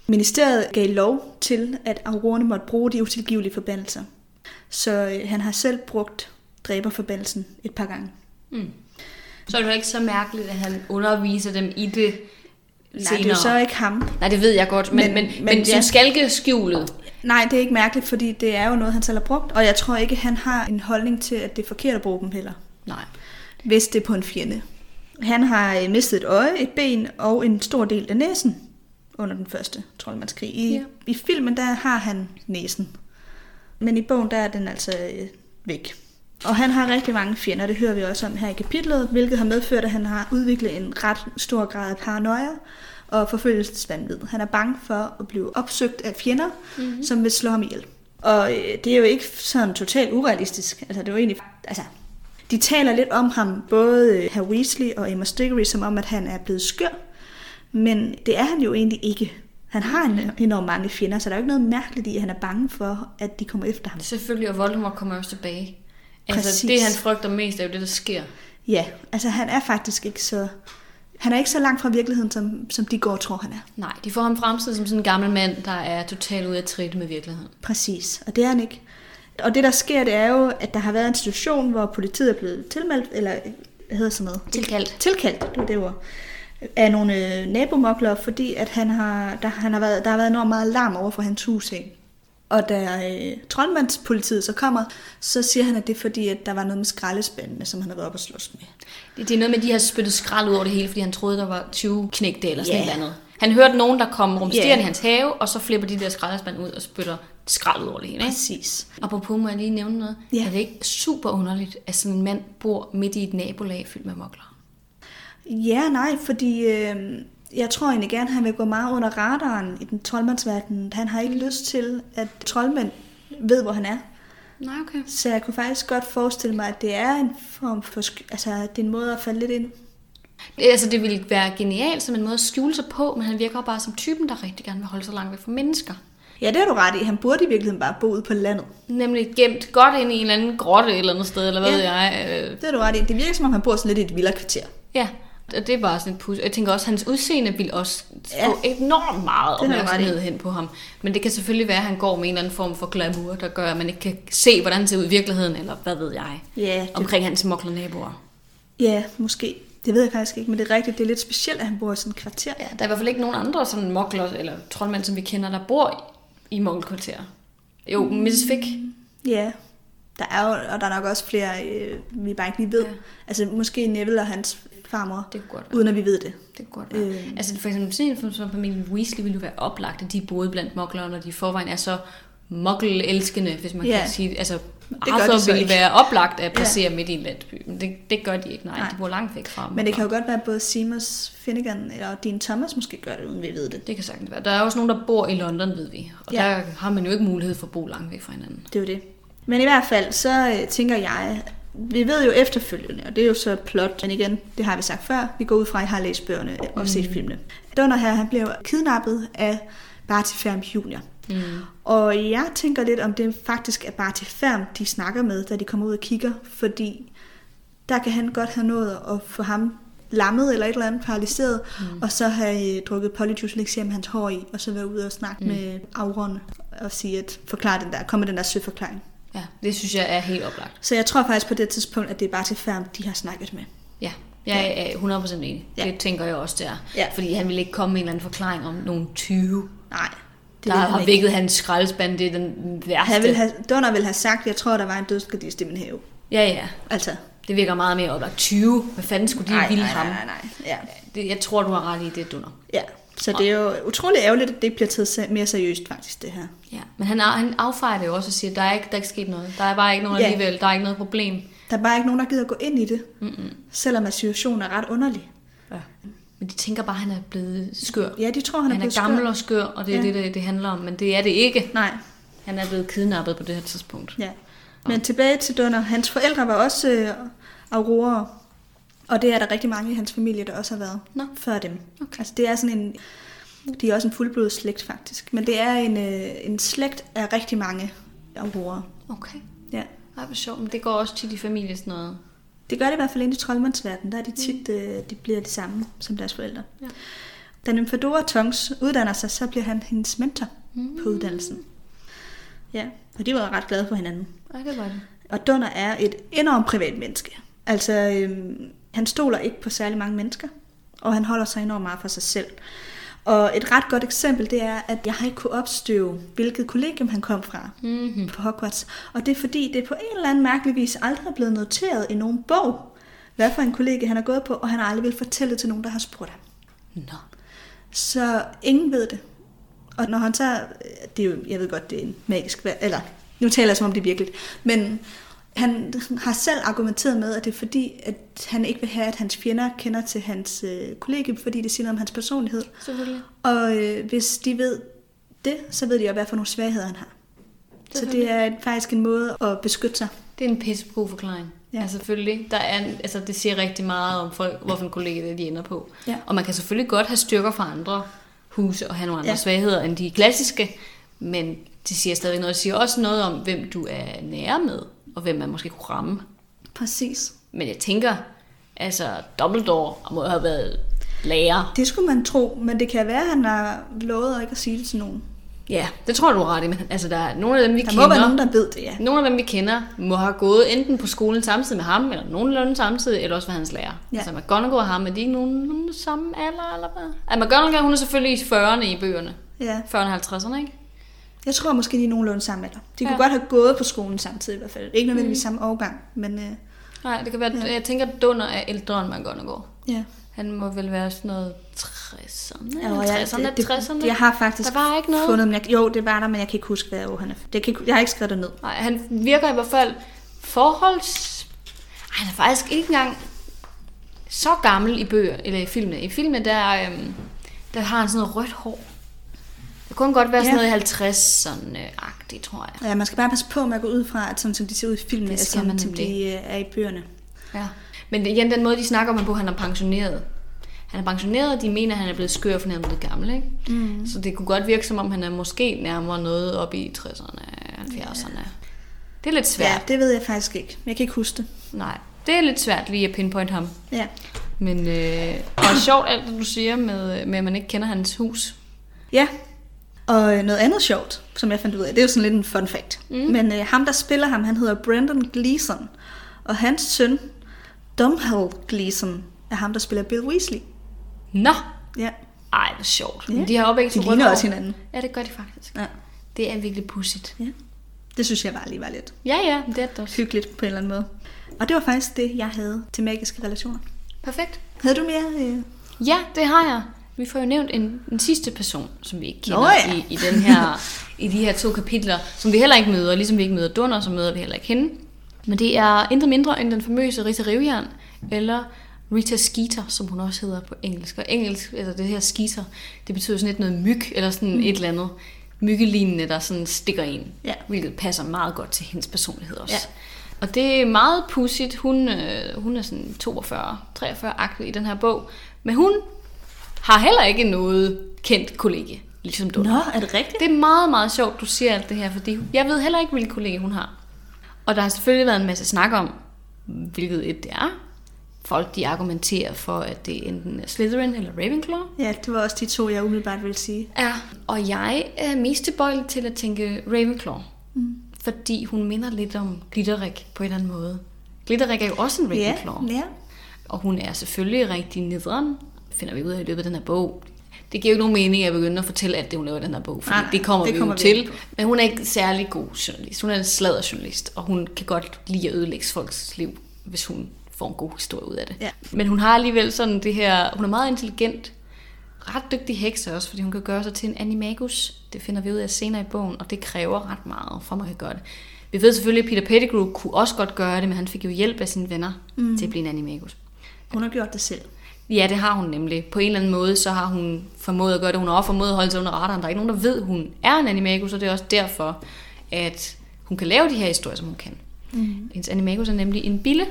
Ministeriet gav lov til, at aurorerne måtte bruge de utilgivelige forbandelser. Så øh, han har selv brugt dræberforbandelsen et par gange. Mm. Så er det jo ikke så mærkeligt, at han underviser dem i det senere. Nej, det er så ikke ham. Nej, det ved jeg godt, men, men, men, men, men ja. som skalkeskjulet. Nej, det er ikke mærkeligt, fordi det er jo noget, han selv har brugt. Og jeg tror ikke, han har en holdning til, at det er forkert at bruge dem heller. Nej. Hvis det er på en fjende. Han har mistet et øje, et ben og en stor del af næsen under den første troldmandskrig. I, ja. I filmen, der har han næsen. Men i bogen, der er den altså øh, væk. Og han har rigtig mange fjender, det hører vi også om her i kapitlet, hvilket har medført, at han har udviklet en ret stor grad af paranoia og forfølgelsesvanvid. Han er bange for at blive opsøgt af fjender, mm-hmm. som vil slå ham ihjel. Og øh, det er jo ikke sådan totalt urealistisk. Altså, det er jo egentlig, altså, de taler lidt om ham, både Herr Weasley og Emma Stiggery, som om, at han er blevet skør. Men det er han jo egentlig ikke. Han har en enormt mange fjender, så der er jo ikke noget mærkeligt i, at han er bange for, at de kommer efter ham. Selvfølgelig, og Voldemort kommer også tilbage. Altså, Præcis. det han frygter mest er jo det, der sker. Ja, altså han er faktisk ikke så... Han er ikke så langt fra virkeligheden, som, som de går og tror, han er. Nej, de får ham fremstillet som sådan en gammel mand, der er totalt ude af trit med virkeligheden. Præcis, og det er han ikke. Og det, der sker, det er jo, at der har været en situation, hvor politiet er blevet tilmeldt, eller hvad hedder sådan noget? Tilkaldt. Tilkaldt, det var det ord. Af nogle øh, nabomoklere, fordi at han har, der, han har været, der har været enormt meget larm over for hans hus. Ikke? Og da øh, troldmandspolitiet så kommer, så siger han, at det er fordi, at der var noget med skraldespandene, som han havde været oppe og slås med. Det, det er noget med, at de har spyttet skrald ud over det hele, fordi han troede, der var tyve knægte eller sådan yeah. noget andet. Han hørte nogen, der kom rumsterende yeah. i hans have, og så flipper de der skraldespand ud og spytter skrald ud over det hele. Ikke? Præcis. Apropos, må jeg lige nævne noget? Yeah. Er det ikke super underligt, at sådan en mand bor midt i et nabolag fyldt med mokler? Ja, nej, fordi øh, jeg tror egentlig gerne, at han vil gå meget under radaren i den troldmandsverden. Han har ikke lyst til, at troldmænd ved, hvor han er. Nej, okay. Så jeg kunne faktisk godt forestille mig, at det er en form for, altså det er en måde at falde lidt ind. Altså det ville være genialt som en måde at skjule sig på, men han virker bare som typen, der rigtig gerne vil holde sig langt væk fra mennesker. Ja, det er du ret i. Han burde i virkeligheden bare bo ude på landet. Nemlig gemt godt ind i en eller anden grotte et eller andet sted, eller hvad ja, ved jeg. Det er du ret i. Det virker som om, han bor sådan lidt i et villakvarter. Ja, og det er bare sådan et pus. Jeg tænker også, at hans udseende vil også få ja. enormt meget opmærksomhed hen på ham. Men det kan selvfølgelig være, at han går med en eller anden form for glamour, der gør, at man ikke kan se, hvordan han ser ud i virkeligheden, eller hvad ved jeg, ja, det... omkring hans moklernaboer. Ja, måske. Det ved jeg faktisk ikke, men det er rigtigt. Det er lidt specielt, at han bor i sådan et kvarter. Ja, der er i hvert fald ikke nogen andre sådan mokler eller troldmænd, som vi kender, der bor i moklerkvarterer. Jo, mm. missus Fick. Ja, der er jo, og der er nok også flere, øh, vi bare ikke lige ved. Ja. Altså måske Neville og hans farmor, det kunne godt uden at vi ved det. Det kunne godt være. Øh. Altså for eksempel sådan som familien Weasley ville jo være oplagt, at de boede blandt moklere, når de i forvejen er så mokkelelskende, hvis man ja. kan sige. Altså Arthur ville ikke. være oplagt at placere ja. midt i en landsby, men det, det gør de ikke. Nej, Nej, de bor langt væk fra dem. Men det kan jo godt være, at både Seamus Finnegan eller Dean Thomas måske gør det, uden vi ved det. Det kan sagtens være. Der er også nogen, der bor i London, ved vi. Og ja. der har man jo ikke mulighed for at bo langt væk fra hinanden. Det er jo det. Men i hvert fald, så øh, tænker jeg, vi ved jo efterfølgende, og det er jo så et plot, men igen, det har vi sagt før, vi går ud fra, at I har læst bøgerne og mm. set filmene. Donner her, han blev kidnappet af Barty Ferm junior Mm. Og jeg tænker lidt, om det faktisk er Barty Ferm, de snakker med, da de kommer ud og kigger, fordi der kan han godt have nået at få ham lammet eller et eller andet paralyseret, mm. og så have drukket polyjuice elixir med hans hår i, og så være ude og snakke mm. med Auron og sige, at forklare den der, komme med den der søforklaring. Ja, det synes jeg er helt oplagt. Så jeg tror faktisk på det tidspunkt, at det er Barty Ferm, de har snakket med. Ja, jeg er hundrede procent enig. Ja. Det tænker jeg også der. Ja. Fordi han vil ikke komme med en eller anden forklaring om nogle tyve. Nej. Det der har vækket hans skraldespand, det er den værste. Han vil have, Donner ville have sagt, jeg tror, der var en dødsgardist i min have. Ja, ja. Altså. Det virker meget mere oplagt. tyve. Hvad fanden skulle de nej, ville nej, ham? Nej, nej, nej. Ja. Det, jeg tror, du har ret i det, Donner. Ja, så det er jo utroligt ærgerligt, at det ikke bliver taget mere seriøst, faktisk, det her. Ja, men han, han affejer det jo også og siger, at der er ikke, der er ikke sket noget. Der er bare ikke nogen ja. alligevel. Der er ikke noget problem. Der er bare ikke nogen, der gider gå ind i det. Mm-mm. Selvom at situationen er ret underlig. Ja. Men de tænker bare, at han er blevet skør. Ja, de tror, han, han er blevet skør. Han er gammel og skør, og det er ja. det, det, det handler om. Men det er det ikke. Nej. Han er blevet kidnappet på det her tidspunkt. Ja. Men tilbage til Donner. Hans forældre var også øh, aurorer. Og det er der rigtig mange i hans familie, der også har været Nå. før dem. Okay. Altså det er sådan en... De er også en fuldblods slægt, faktisk. Men det er en, øh, en slægt af rigtig mange aurorer. Okay. Ja. Ej, hvor sjovt. Men det går også tit i familie sådan noget. Det gør det i hvert fald ind i troldmandsverdenen. Der er de tit, mm. øh, de bliver det samme som deres forældre. Ja. Da Nymphadora Tonks uddanner sig, så bliver han hendes mentor mm. på uddannelsen. Ja, og de var ret glade for hinanden. Ja, det var det. Og Dunner er et enormt privat menneske. Altså, øhm, han stoler ikke på særlig mange mennesker, og han holder sig enormt meget for sig selv. Og et ret godt eksempel, det er, at jeg har ikke kunne opstøve, hvilket kollegium han kom fra mm-hmm. på Hogwarts. Og det er fordi, det på en eller anden mærkelig vis aldrig er blevet noteret i nogen bog, hvad for en kollegie han har gået på, og han har aldrig vil fortælle det til nogen, der har spurgt ham. Nå. Så ingen ved det. Og når han så, det er jo, jeg ved godt, det er en magisk, eller nu taler jeg som om det er virkeligt, men han har selv argumenteret med, at det er fordi, at han ikke vil have, at hans fjender kender til hans øh, kollegium, fordi det siger noget om hans personlighed. Selvfølgelig. Og øh, hvis de ved det, så ved de jo, hvad for nogle svagheder han har. Så det er faktisk en måde at beskytte sig. Det er en pissegod forklaring. Ja, altså, selvfølgelig. Der er en, altså, det siger rigtig meget om, folk, hvorfor en kollega de ender på. Ja. Og man kan selvfølgelig godt have styrker fra andre huse og have nogle andre ja. svagheder end de klassiske, men det siger stadig noget. Det siger også noget om, hvem du er nære med, og hvem man måske kunne ramme. Præcis. Men jeg tænker, altså Dumbledore må have været lærer. Det skulle man tro, men det kan være, at han har lovet ikke at sige det til nogen. Ja, det tror jeg, du er ret i. Men altså, der er nogle af dem, vi der kender... Der må være nogen, der ved det, ja. Nogle af dem, vi kender, må have gået enten på skolen samtidig med ham, eller nogenlunde samtidig, eller også var hans lærer. Ja. Altså, McGonagall og ham, er de ikke nogen samme alder, eller hvad? Altså, McGonagall, hun er selvfølgelig i fyrrerne i bøgerne. Ja. fyrrerne og halvtredserne, ikke? Jeg tror måske, de er nogenlunde samme alder. De ja. kunne godt have gået på skolen samtidig i hvert fald. Ikke nødvendigvis mm. samme årgang, men... Øh, Nej, det kan være... Ja. Jeg tænker, at Dunner er ældre end McGonagall. Ja. Han må vel være sådan noget tresserne, ja, ja, tresserne, det, tresserne. Det, jeg har faktisk der var ikke noget. fundet, men jeg, jo, det var der, men jeg kan ikke huske, hvad år han er. Det kan, jeg har ikke skrevet det ned. Nej, han virker i hvert fald forholds... Ej, han er faktisk ikke engang så gammel i bøger, eller i filmene. I filmene, der, øhm, der har han sådan noget rødt hår. Det kunne godt være sådan ja. noget i halvtredserne-agtigt, tror jeg. Ja, man skal bare passe på med at gå ud fra, at sådan som de ser ud i filmene, er sådan, som de er i bøgerne. Ja. Men igen, den måde, de snakker om, at han er pensioneret. Han er pensioneret, og de mener, at han er blevet skør, for han er blevet gammel, ikke? Mm. Så det kunne godt virke, som om han er måske nærmere noget op i tresserne, halvfjerdserne. Ja. Det er lidt svært. Ja, det ved jeg faktisk ikke. Jeg kan ikke huske det. Nej, det er lidt svært lige at pinpointe ham. Ja. Men øh, det er sjovt alt, det du siger med, med, at man ikke kender hans hus. Ja, og noget andet sjovt, som jeg fandt ud af, det er jo sådan lidt en fun fact. Mm. Men øh, ham, der spiller ham, han hedder Brendan Gleeson. Og hans søn, Domhnall Gleeson, er ham, der spiller Bill Weasley. Nå! Ja. Ej, hvor sjovt. Ja. Men de har jo begge de ligner også hinanden. Ja, det gør de faktisk. Ja. Det er virkelig pudsigt. Ja. Det synes jeg bare lige var lidt ja, ja, det er det også. hyggeligt på en eller anden måde. Og det var faktisk det, jeg havde til magiske relationer. Perfekt. Havde du mere? Øh... Ja, det har jeg. Vi får jo nævnt en, en sidste person, som vi ikke kender Nå, ja. i, i, den her, i de her to kapitler, som vi heller ikke møder. Ligesom vi ikke møder Dunner, så møder vi heller ikke hende. Men det er intet mindre end den famøse Rita Rivjern, eller Rita Skeeter, som hun også hedder på engelsk. Og engelsk, altså det her Skeeter, det betyder sådan lidt noget myg, eller sådan mm. et eller andet myggelignende, der sådan stikker ind. Ja. Hvilket passer meget godt til hendes personlighed også. Ja. Og det er meget pudsigt. Hun, øh, hun er sådan toogfyrre, treogfyrre-agtig i den her bog. Men hun har heller ikke noget kendt kollega, ligesom du. Nå, er det rigtigt? Det er meget, meget sjovt, du siger alt det her, fordi jeg ved heller ikke, hvilken kollega hun har. Og der har selvfølgelig været en masse snak om, hvilket et det er. Folk, de argumenterer for, at det enten er Slytherin eller Ravenclaw. Ja, det var også de to, jeg umiddelbart ville sige. Ja, og jeg er mest tilbøjelig til at tænke Ravenclaw. Mm. Fordi hun minder lidt om Glitterik på en eller anden måde. Glitterik er jo også en Ravenclaw. Ja, ja. Og hun er selvfølgelig rigtig nederen, finder vi ud af i løbet af den her bog. Det giver jo ikke nogen mening at begynde at fortælle alt det, hun laver i den her bog, for det kommer det vi kommer jo vi til. Men hun er ikke særlig god journalist. Hun er en sladderjournalist, og hun kan godt lide at ødelægge folks liv, hvis hun får en god historie ud af det. Ja. Men hun har alligevel sådan det her, hun er meget intelligent, ret dygtig hekse også, fordi hun kan gøre sig til en animagus. Det finder vi ud af senere i bogen, og det kræver ret meget, for man kan gøre det. Vi ved selvfølgelig, at Peter Pettigrew kunne også godt gøre det, men han fik jo hjælp af sine venner mm. til at blive en animagus. Hun har gjort det selv. Ja, det har hun nemlig. På en eller anden måde, så har hun formået at gøre det. Hun har også formået at holde sig under radaren. Der er ikke nogen, der ved, at hun er en animagus, og det er også derfor, at hun kan lave de her historier, som hun kan. Mm. Hendes animagus er nemlig en bille,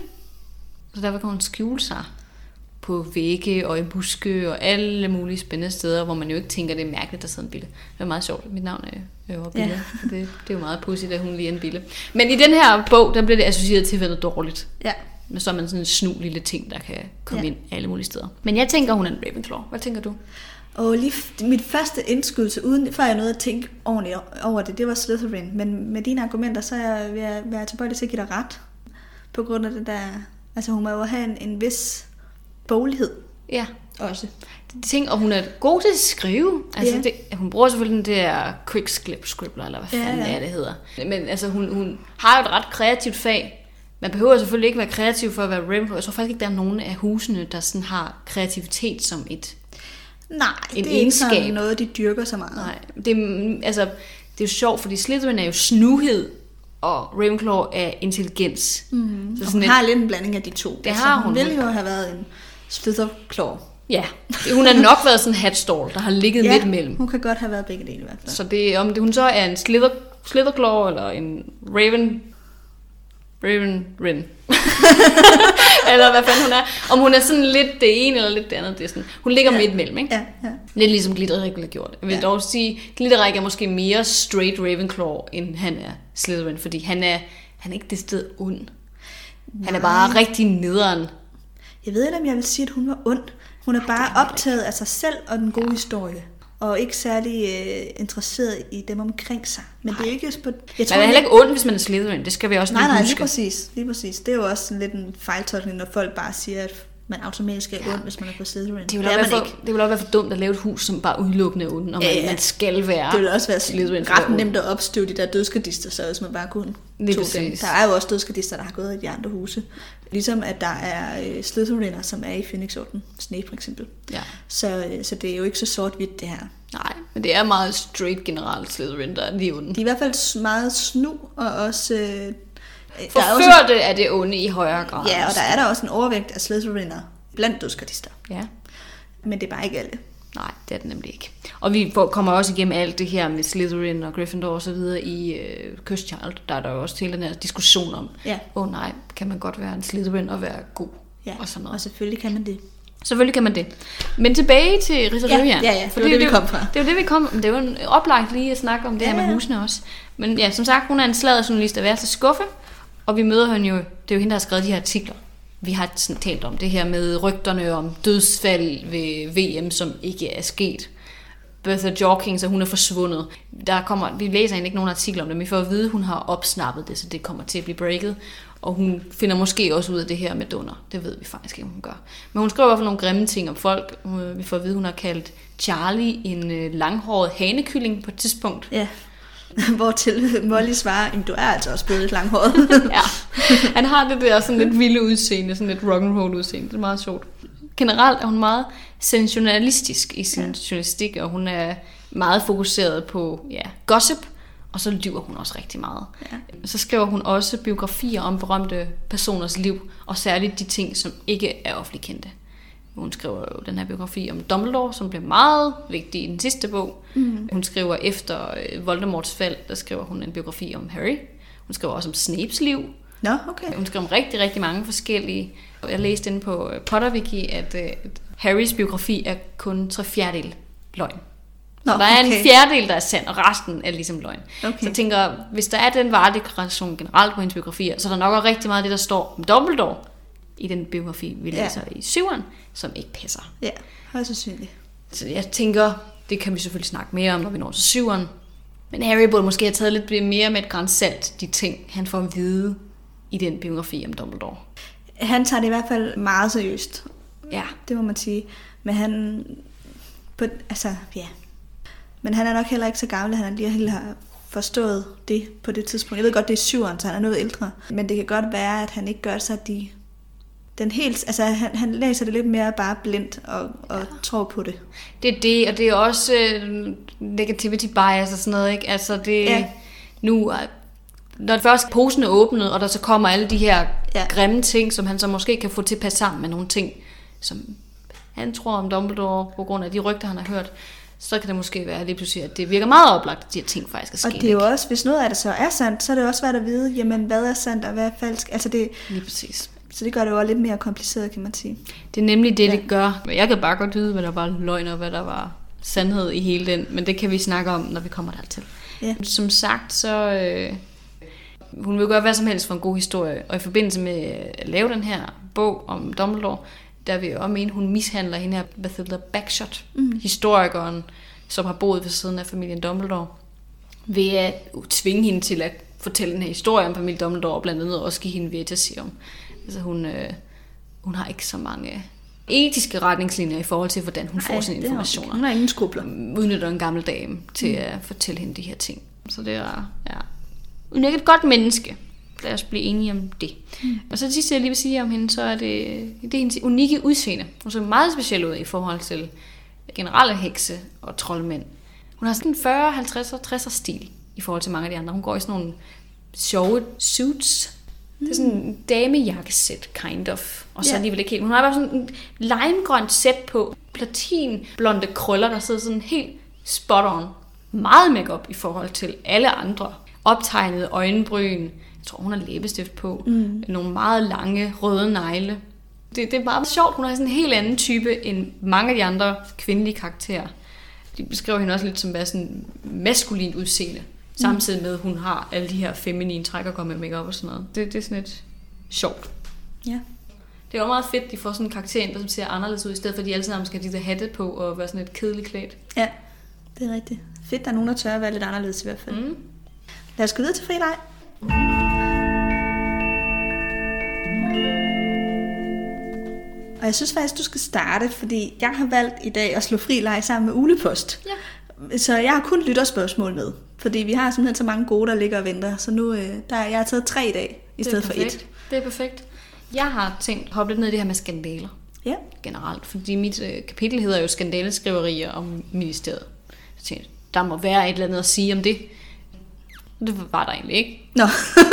så derfor kan hun skjule sig på vægge og i buske og alle mulige spændende steder, hvor man jo ikke tænker, det er mærkeligt, der sidder en bille. Det er meget sjovt. Mit navn er jo Bille. Ja. Det, det er jo meget pudsigt, at hun lige er en bille. Men i den her bog, der bliver det associeret til at være noget dårligt. Ja. Men så er man sådan en snu lille ting, der kan komme ja. ind alle mulige steder. Men jeg tænker, hun er en Ravenclaw. Hvad tænker du? Og lige f- mit første indskydelse, uden, før jeg nåede at tænke ordentligt over det, det var Slytherin. Men med dine argumenter, så er jeg ved at være tilbøjelig til at give dig ret. På grund af det der, altså hun må jo have en, en vis boglighed. Ja. Også. De ting, og hun er god til at skrive. Altså, Ja. det, hun bruger selvfølgelig den der quick script scribbler, eller hvad Ja, fanden ja. er det hedder. Men altså, hun, hun har jo et ret kreativt fag. Man behøver selvfølgelig ikke være kreativ for at være Ravenclaw. Jeg tror faktisk ikke, der er nogen af husene, der sådan har kreativitet som et... Nej, En det er ikke egenskab. sådan noget, de dyrker så meget. Nej, det er, altså, det er jo sjovt, fordi Slytherin er jo snuhed, og Ravenclaw er intelligens. Mm-hmm. Så Og sådan hun et, har lidt en blanding af de to. Det har hun. hun. ville jo have været en Slytherin-claw. ja, hun har nok været sådan en hatstall, der har ligget Ja, midt imellem. hun kan godt have været begge dele i hvert fald. Så det, om det, hun så er en Slither, Slitherclaw eller en Raven... Raven Rin. eller hvad fanden hun er. Om hun er sådan lidt det ene eller lidt det andet. Det er sådan, hun ligger Ja. midt imellem, ikke? Ja, ja. Lidt ligesom Glitterik ville have gjort. Jeg vil Ja. dog sige, Glitterik er måske mere straight Ravenclaw, end han er Slytherin. Fordi han er, han er ikke det sted ond. Han er bare Nej. rigtig nederen. Jeg ved ikke, om jeg vil sige, at hun var ond. Hun er bare det er hun optaget af sig selv og den gode ja. historie. Og ikke særlig øh, interesseret i dem omkring sig. Men det er ikke på... Jeg Man er heller ikke ond, hvis man er Slytherin. Det skal vi også Nej, lige nej, lige huske. præcis, lige præcis. Det er jo også sådan lidt en fejltolkning, når folk bare siger, at man automatisk er ond, hvis man er på Slytherin. Det vil, er også man være for, ikke. det vil også være for dumt at lave et hus, som bare udelukkende er ondt, og man, Ja, ja. man skal være Det vil også være Slytherin for at ret være ond. nemt at opstøve de der dødsgardister, så hvis man bare kunne Lige tog dem. præcis. Der er jo også dødsgardister, der har gået i de andre huse. Ligesom at der er øh, Slytheriner, som er i Phoenix-orden. Snape for eksempel. Ja. Så, øh, så det er jo ikke så sort-hvidt det her. Nej, men det er meget straight generelt Slytherin, der er lige onde. De er i hvert fald meget snu, og også... Øh, der er også, Forførte er det onde i højere grad. ja, og der er der også en overvægt af Slytheriner blandt dødsgardister. Ja. Men det er bare ikke alle. Nej, det er det nemlig ikke. Og vi får, kommer også igennem alt det her med Slytherin og Gryffindor og så videre i øh, Cursed Child. Der er der jo også til den her diskussion om, Ja. åh oh, nej, kan man godt være en Slytherin og være god Ja, og sådan noget. og selvfølgelig kan man det. Selvfølgelig kan man det. Men tilbage til Rizzarillian. Ja, ja, ja, det var det, vi kom fra. Det er jo det, vi kom. Det er jo en oplagt lige at snakke om det Ja, her med ja. husene også. Men ja, som sagt, hun er en sladderjournalist af værste skuffe, og vi møder hende jo, det er jo hende, der har skrevet de her artikler. Vi har sådan talt om det her med rygterne om dødsfald ved V M, som ikke er sket. Bertha Jorkins, så hun er forsvundet. Der kommer, vi læser egentlig ikke nogen artikler om det, men vi får at vide, at hun har opsnappet det, så det kommer til at blive breaket. Og hun finder måske også ud af det her med dunder. Det ved vi faktisk ikke, om hun gør. Men hun skriver i hvert fald nogle grimme ting om folk. Vi får at vide, at hun har kaldt Charlie en langhåret hanekylling på et tidspunkt. Ja. Hvortil Molly svarer, at du er altså også blevet lidt langhåret. Ja, han har det der sådan lidt vilde udseende, sådan lidt rock'n'roll udseende. Det er meget sjovt. Generelt er hun meget sensationalistisk i sin ja. journalistik, og hun er meget fokuseret på ja, gossip, og så lyver hun også rigtig meget. Ja. Så skriver hun også biografier om berømte personers liv, og særligt de ting, som ikke er offentligt kendte. Hun skriver jo den her biografi om Dumbledore, som blev meget vigtig i den sidste bog. Mm. Hun skriver efter Voldemorts fald, der skriver hun en biografi om Harry. Hun skriver også om Snapes liv. Nå, okay. Hun skriver om rigtig, rigtig mange forskellige. Jeg læste inde på Potterwiki, at, at Harrys biografi er kun tre fjerdedel løgn. Nå, så der er okay. en fjerdedel, der er sand, og resten er ligesom løgn. Okay. Så jeg tænker, hvis der er den varedeklaration generelt på hendes biografier, så er der nok også rigtig meget af det, der står om Dumbledore i den biografi, vi læser ja. i syveren, som ikke passer. Ja, højst sandsynligt. Så jeg tænker, det kan vi selvfølgelig snakke mere om, når vi når til syveren. Men Harry burde måske have taget lidt mere med et gran salt, de ting, han får at vide i den biografi om Dumbledore. Han tager det i hvert fald meget seriøst. Ja. Det må man sige. Men han... På, altså, ja. Men han er nok heller ikke så gammel, at han lige heller har forstået det på det tidspunkt. Jeg ved godt, det er syveren, så han er noget ældre. Men det kan godt være, at han ikke gør sig de... Den helt, altså han, han læser det lidt mere bare blindt og, og ja. tror på det. Det er det, og det er også uh, negativity bias og sådan noget, ikke? Altså det... Ja. Nu... Når først posen er åbnet, og der så kommer alle de her ja. grimme ting, som han så måske kan få til at passe sammen med nogle ting, som han tror om Dumbledore, på grund af de rygter, han har hørt, så kan det måske være lige pludselig, at det virker meget oplagt, at de her ting faktisk er sket. Og det er jo også, hvis noget af det så er sandt, så er det også svært at vide, jamen hvad er sandt og hvad er falsk. Altså det, lige præcis. Så det gør det jo lidt mere kompliceret, kan man sige. Det er nemlig det, ja. det gør. Jeg kan bare godt vide, hvad der var løgn og hvad der var sandhed i hele den, men det kan vi snakke om, når vi kommer dertil. Ja. Som sagt, så... Øh, hun vil gøre hvad som helst for en god historie, og i forbindelse med at lave den her bog om Dumbledore, der vil jeg også mene, hun mishandler hende her, Bathilda Bagshot, mm. historikeren, som har boet ved siden af familien Dumbledore, ved at tvinge hende til at fortælle den her historie om familien Dumbledore, og blandt andet også give hende Veritaserum. Altså hun, øh, hun har ikke så mange etiske retningslinjer i forhold til, hvordan hun Ej, får sine informationer. Hun har ingen skrubler. Udnytter en gammel dame til mm. at fortælle hende de her ting. Så det er, ja, hun er ikke et godt menneske. Lad os blive enige om det. Mm. Og så det sidste, jeg lige vil sige om hende, så er det, det er hendes unikke udseende. Hun ser meget speciel ud i forhold til generelle hekse og troldmænd. Hun har sådan en fyrre, halvtreds og tres stil i forhold til mange af de andre. Hun går i sådan nogle sjove suits. Det er sådan en damejakkesæt, kind of. Og så yeah. alligevel ikke helt. Hun har bare sådan en limegrønt sæt på. Platinblonde krøller, der sidder sådan helt spot on. Meget makeup i forhold til alle andre. Optegnede øjenbryn. Jeg tror, hun har læbestift på. Mm. Nogle meget lange røde negle. Det, det er meget sjovt. Hun har sådan en helt anden type end mange af de andre kvindelige karakterer. De beskriver hende også lidt som bare sådan maskulin udseende. Samtidig med, at hun har alle de her feminine træk og går med make-up og sådan noget. Det, det er sådan lidt sjovt. Ja. Det er jo meget fedt, at de får sådan en karakter ind, der ser anderledes ud, i stedet for at de alle sammen skal have de der hatte på og være sådan lidt kedeligt klædt. Ja, det er rigtigt. Fedt, der er nogen, der tør at være lidt anderledes i hvert fald. Mm. Lad os gå videre til fri leg. Og jeg synes faktisk, du skal starte, fordi jeg har valgt i dag at slå fri leg sammen med Ulepost. Ja. Så jeg har kun lytterspørgsmål med, fordi vi har simpelthen så mange gode, der ligger og venter. Så nu øh, der, jeg har taget tre i dag, i stedet for et. Det er perfekt. Jeg har tænkt at hoppe lidt ned i det her med skandaler. Ja. Generelt, fordi mit øh, kapitel hedder jo skandaleskriverier om ministeriet. Så tænkte der må være et eller andet at sige om det. Det var der egentlig ikke. Nå.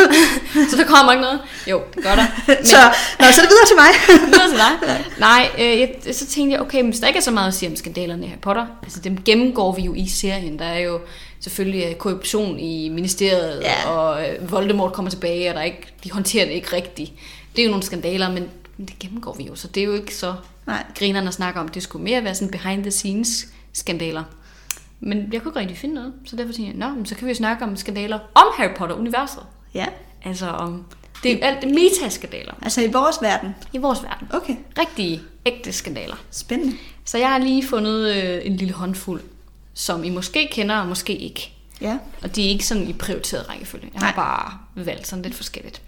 Så der kommer ikke noget. Jo, det gør der. Men, så, nå, så er det videre til mig. videre til dig. Nej, øh, jeg, så tænkte jeg, okay, hvis der ikke er så meget at sige om skandalerne i Harry Potter, altså dem gennemgår vi jo i serien. Der er jo selvfølgelig korruption i ministeriet, ja. og øh, Voldemort kommer tilbage, og der ikke, de håndterer det ikke rigtigt. Det er jo nogle skandaler, men det gennemgår vi jo, så det er jo ikke så grinerne at snakke om. Det skulle mere være sådan behind the scenes skandaler. Men jeg kunne ikke rigtig finde noget, så derfor tænkte jeg, nå, så kan vi jo snakke om skandaler om Harry Potter-universet. Ja. Altså om, det er alt det metaskandaler. Altså i vores verden? I vores verden. Okay. Rigtige, ægte skandaler. Spændende. Så jeg har lige fundet øh, en lille håndfuld, som I måske kender, og måske ikke. Ja. Og de er ikke sådan i prioriteret rækkefølge. Jeg har Nej. bare valgt sådan lidt forskelligt.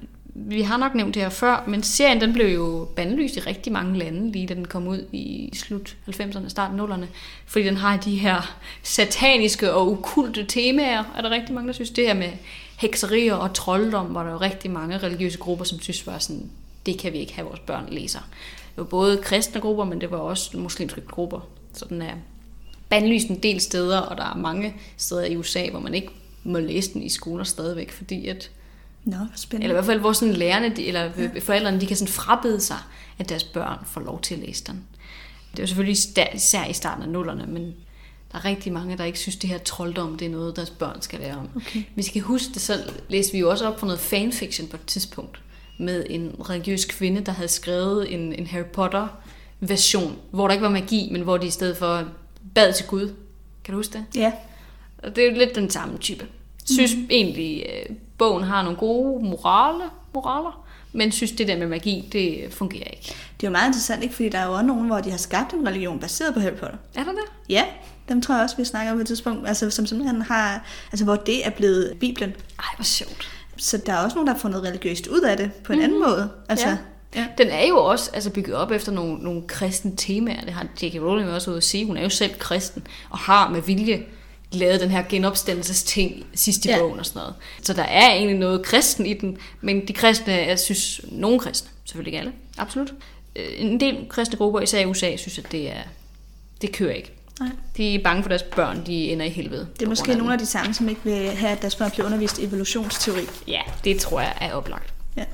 Vi har nok nævnt det her før, men serien den blev jo bandlyst i rigtig mange lande, lige da den kom ud i slut halvfemserne, start nullerne, fordi den har de her sataniske og okulte temaer. Er der rigtig mange, der synes det her med hekserier og trolddom, var der jo rigtig mange religiøse grupper, som synes var sådan, det kan vi ikke have vores børn læser. Det var både kristne grupper, men det var også muslimske grupper. Så den er bandlyst en del steder, og der er mange steder i U S A, hvor man ikke må læse den i skoler stadigvæk, fordi at Nå, spændende. Eller i hvert fald, hvor sådan lærerne, de, eller ja. forældrene, de kan sådan frabede sig, at deres børn får lov til at læse den. Det er jo selvfølgelig især i starten af nullerne, men der er rigtig mange, der ikke synes, det her trolddom, det er noget, deres børn skal lære om. Okay. Vi skal huske det, så læste vi jo også op for noget fanfiction på et tidspunkt, med en religiøs kvinde, der havde skrevet en, en Harry Potter-version, hvor der ikke var magi, men hvor de i stedet for bad til Gud. Kan du huske det? Ja. Og det er jo lidt den samme type. Synes mm. egentlig, øh, bogen har nogle gode morale, moraler, men synes det der med magi, det fungerer ikke. Det er jo meget interessant, ikke? Fordi der er jo også nogen, hvor de har skabt en religion baseret på Harry Potter. Er der det? Ja, dem tror jeg også, vi snakker om på et tidspunkt, altså, som simpelthen har, altså hvor det er blevet Bibelen. Ej, hvor sjovt. Så der er også nogen, der har fundet religiøst ud af det på en mm-hmm. anden måde. Altså, ja. Ja. Den er jo også altså, bygget op efter nogle, nogle kristne temaer. Det har J K Rowling også ude at sige. Hun er jo selv kristen og har med vilje lavet den her genopstandelsesting sidst i ja. bogen og sådan noget. Så der er egentlig noget kristen i den, men de kristne, jeg synes, nogle kristne, selvfølgelig ikke alle, absolut. En del kristne grupper, især i U S A, synes, at det er, det kører ikke. Nej. De er bange for deres børn, de ender i helvede. Det er måske nogle af de samme, som ikke vil have, at deres børn bliver undervist i evolutionsteori. Ja, det tror jeg er oplagt. Ja.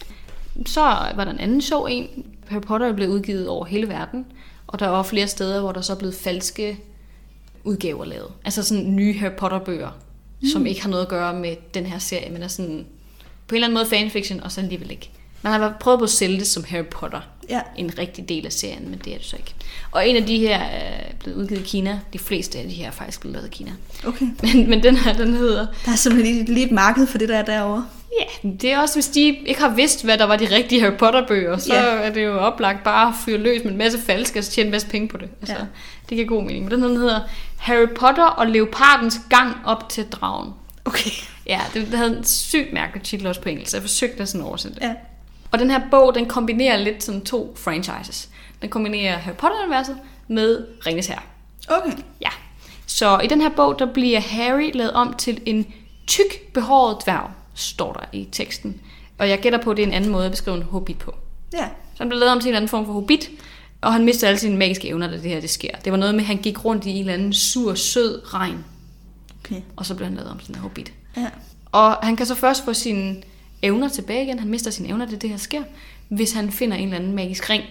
Så var der en anden sjov en. Harry Potter er blevet udgivet over hele verden, og der var flere steder, hvor der så er blevet falske udgaver lavet. Altså sådan nye Harry Potter-bøger, mm. som ikke har noget at gøre med den her serie, men er sådan på en eller anden måde fanfiction, og så alligevel ikke. Man har prøvet på at sælge det som Harry Potter, ja. en rigtig del af serien, men det er det så ikke. Og en af de her er blevet udgivet i Kina. De fleste af de her er faktisk blevet lavet i Kina. Okay. Men, men den her, den hedder... Der er simpelthen lige et marked for det, der er derovre. Ja, det er også, hvis de ikke har vidst, hvad der var de rigtige Harry Potter-bøger, så ja. er det jo oplagt bare at fyre løs med en masse falske, og så tjene en masse penge på det. Altså, ja. Det giver god mening. Men den hedder Harry Potter og Leopardens gang op til dragen. Okay. Ja, det, det havde en sygt mærkelig titel også på engelsk, så jeg forsøgte at sådan oversætte det. Ja. Og den her bog, den kombinerer lidt sådan to franchises. Den kombinerer Harry Potter-universet med Ringenes Herre. Okay. Ja. Så i den her bog, der bliver Harry lavet om til en tyk, behåret dværg, står der i teksten. Og jeg gætter på, at det er en anden måde at beskrive en hobbit på. Ja. Så han bliver lavet om til en anden form for hobbit, og han mister alle sine magiske evner, da det her det sker. Det var noget med, at han gik rundt i en eller anden sur, sød regn. Okay. Og så blev han lavet om til en hobbit. Ja. Og han kan så først få sine evner tilbage igen. Han mister sine evner, det det her sker, hvis han finder en eller anden magisk ring.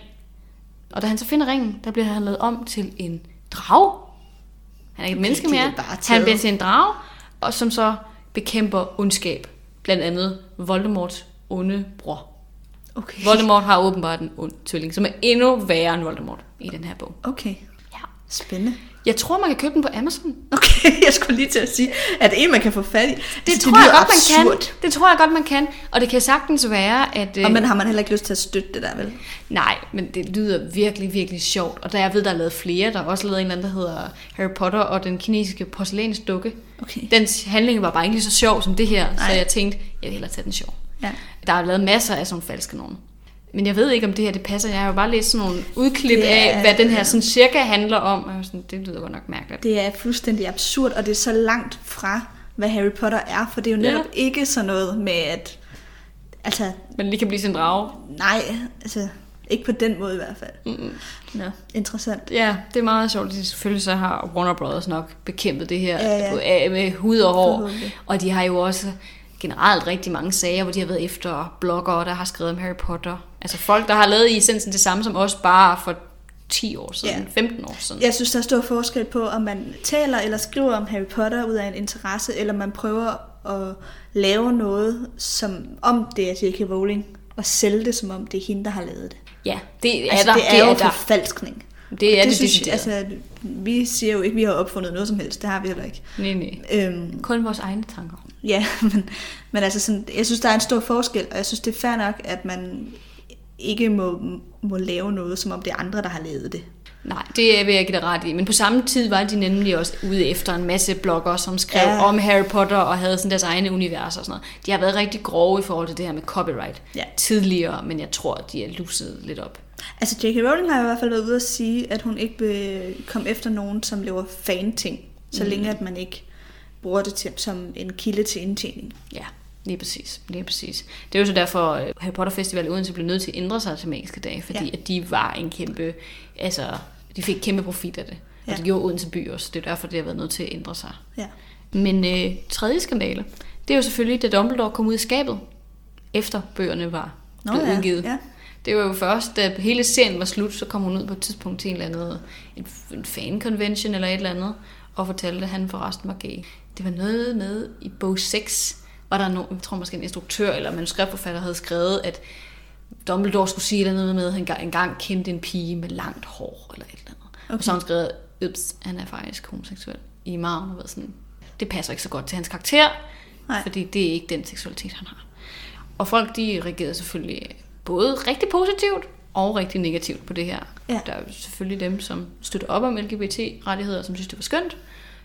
Og da han så finder ringen, der bliver han lavet om til en drage. Han er ikke et menneske mere. Han bliver til en drage, og som så bekæmper ondskab. Blandt andet Voldemorts onde bror. Okay. Voldemort har åbenbart en ond tvilling, som er endnu værre end Voldemort i den her bog. Okay. Ja. Spændende. Jeg tror, man kan købe den på Amazon. Okay, jeg skulle lige til at sige, at det er en, man kan få fat i. Det, altså, tror det jeg godt, absurd. man kan. Det tror jeg godt, man kan. Og det kan sagtens være, at... Og men har man heller ikke lyst til at støtte det der, vel? Nej, men det lyder virkelig, virkelig sjovt. Og der jeg ved, der er lavet flere. Der er også lavet en eller anden, der hedder Harry Potter og den kinesiske porcelænsdukke. Okay. Dens handling var bare ikke lige så sjov som det her. Nej. Så jeg tænkte, jeg vil hellere tage den sjov. Ja. Der er lavet masser af sådan falske nogen. Men jeg ved ikke, om det her det passer. Jeg har jo bare læst sådan nogle udklip er, af, hvad den her sådan cirka handler om. Og sådan, det lyder godt nok mærkeligt. Det er fuldstændig absurd, og det er så langt fra, hvad Harry Potter er. For det er jo netop ja. ikke sådan noget med, at... Altså... Men lige kan blive sin drage. Nej, altså... Ikke på den måde i hvert fald. Mm-mm. Nå, interessant. Ja, det er meget sjovt. Selvfølgelig så har Warner Brothers nok bekæmpet det her ja, ja. med hud og hår. Og de har jo også generelt rigtig mange sager, hvor de har været efter bloggere, der har skrevet om Harry Potter. Altså folk, der har lavet i essensen det samme som os, bare for ti år siden, ja. femten år siden. Jeg synes, der er stor forskel på, om man taler eller skriver om Harry Potter ud af en interesse, eller man prøver at lave noget, som om det er J K Rowling, og sælge det, som om det er hende, der har lavet det. Ja, det er altså, der. Det er, det er jo der. forfalskning. Det er det, det, synes, det altså, vi siger jo ikke, at vi har opfundet noget som helst. Det har vi heller ikke. Nej, nej. Øhm, Kun vores egne tanker. Ja, men, men altså sådan, jeg synes, der er en stor forskel, og jeg synes, det er fair nok, at man ikke må, må lave noget, som om det er andre, der har lavet det. Nej, det vil jeg give dig ret i. Men på samme tid var de nemlig også ude efter en masse bloggere, som skrev ja. om Harry Potter og havde sådan deres egne universer og sådan noget. De har været rigtig grove i forhold til det her med copyright ja. tidligere, men jeg tror, at de er luset lidt op. Altså J K Rowling har i hvert fald været ude at sige, at hun ikke vil komme efter nogen, som laver fan-ting, så mm. længe at man ikke bruger det til, som en kilde til indtjening. Ja, lige præcis. Lige præcis. Det er jo så derfor, at Harry Potter Festival i Odense blev nødt til at ændre sig til Magiske Dage, fordi ja. at de var en kæmpe, altså de fik kæmpe profit af det. Og ja. det gjorde Odense by også. Det er derfor, det har været nødt til at ændre sig. Ja. Men øh, tredje skandale, det er jo selvfølgelig, da Dumbledore kom ud i skabet, efter bøgerne var blevet ja. udgivet. Ja. Det var jo først, da hele serien var slut, så kom hun ud på et tidspunkt til en eller anden en, en fan-convention eller et eller andet, og fortalte, at han forresten var gay. Det var noget med i bog seks, var der nogen, jeg tror måske en instruktør eller manuskriptforfatter havde skrevet, at Dumbledore skulle sige noget med, at han engang kendte en pige med langt hår eller et eller andet. Okay. Og så har hun skrevet, ups, han er faktisk homoseksuel i maven, og været sådan, det passer ikke så godt til hans karakter, Nej. fordi det er ikke den seksualitet, han har. Og folk, de reagerede selvfølgelig både rigtig positivt og rigtig negativt på det her. Ja. Der er jo selvfølgelig dem, som støtter op om L G B T-rettigheder, som synes, det var skønt,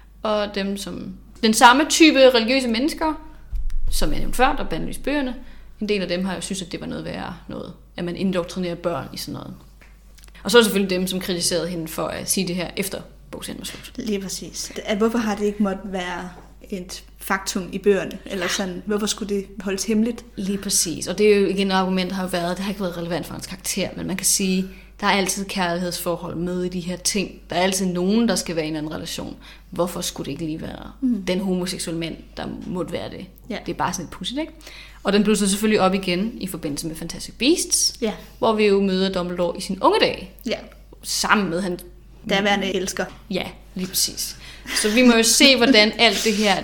og dem, som den samme type religiøse mennesker, som jeg nævnte før, der bandlyste bøgerne, en del af dem har jo synes, at det var noget værre noget, at man indoktrinerer børn i sådan noget. Og så er det selvfølgelig dem, som kritiserede hende for at sige det her efter bogserien var slut. Lige præcis. At hvorfor har det ikke måttet være et faktum i bøgerne? Eller sådan, hvorfor skulle det holdes hemmeligt? Lige præcis. Og det er jo igen et argument, der har været, det har ikke været relevant for hans karakter, men man kan sige, der er altid kærlighedsforhold med i de her ting. Der er altid nogen, der skal være i en anden relation. Hvorfor skulle det ikke lige være mm. den homoseksuelle mand, der måtte være det? Ja. Det er bare sådan et pudsigt, ikke? Og den blusser selvfølgelig op igen i forbindelse med Fantastic Beasts, ja. hvor vi jo møder Dumbledore i sin unge dage. Ja. Sammen med han... Derværende elsker. Ja, lige præcis. Så vi må jo se, hvordan alt det her,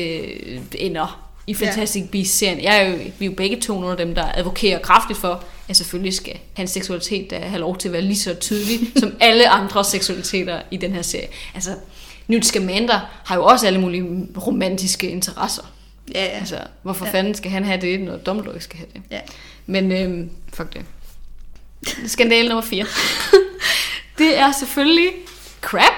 det ender i Fantastic ja. Beasts-serien. Jeg er jo, vi er jo begge to nogle af dem, der advokerer kraftigt for, at selvfølgelig skal hans seksualitet da have lov til at være lige så tydelig, som alle andre seksualiteter i den her serie. Altså, Newt Scamander har jo også alle mulige romantiske interesser. Ja, ja. Altså, hvorfor ja. fanden skal han have det, når Dumbledore ikke skal have det? Ja. Men, øhm, fuck det. Skandale nummer fire. Det er selvfølgelig Crab.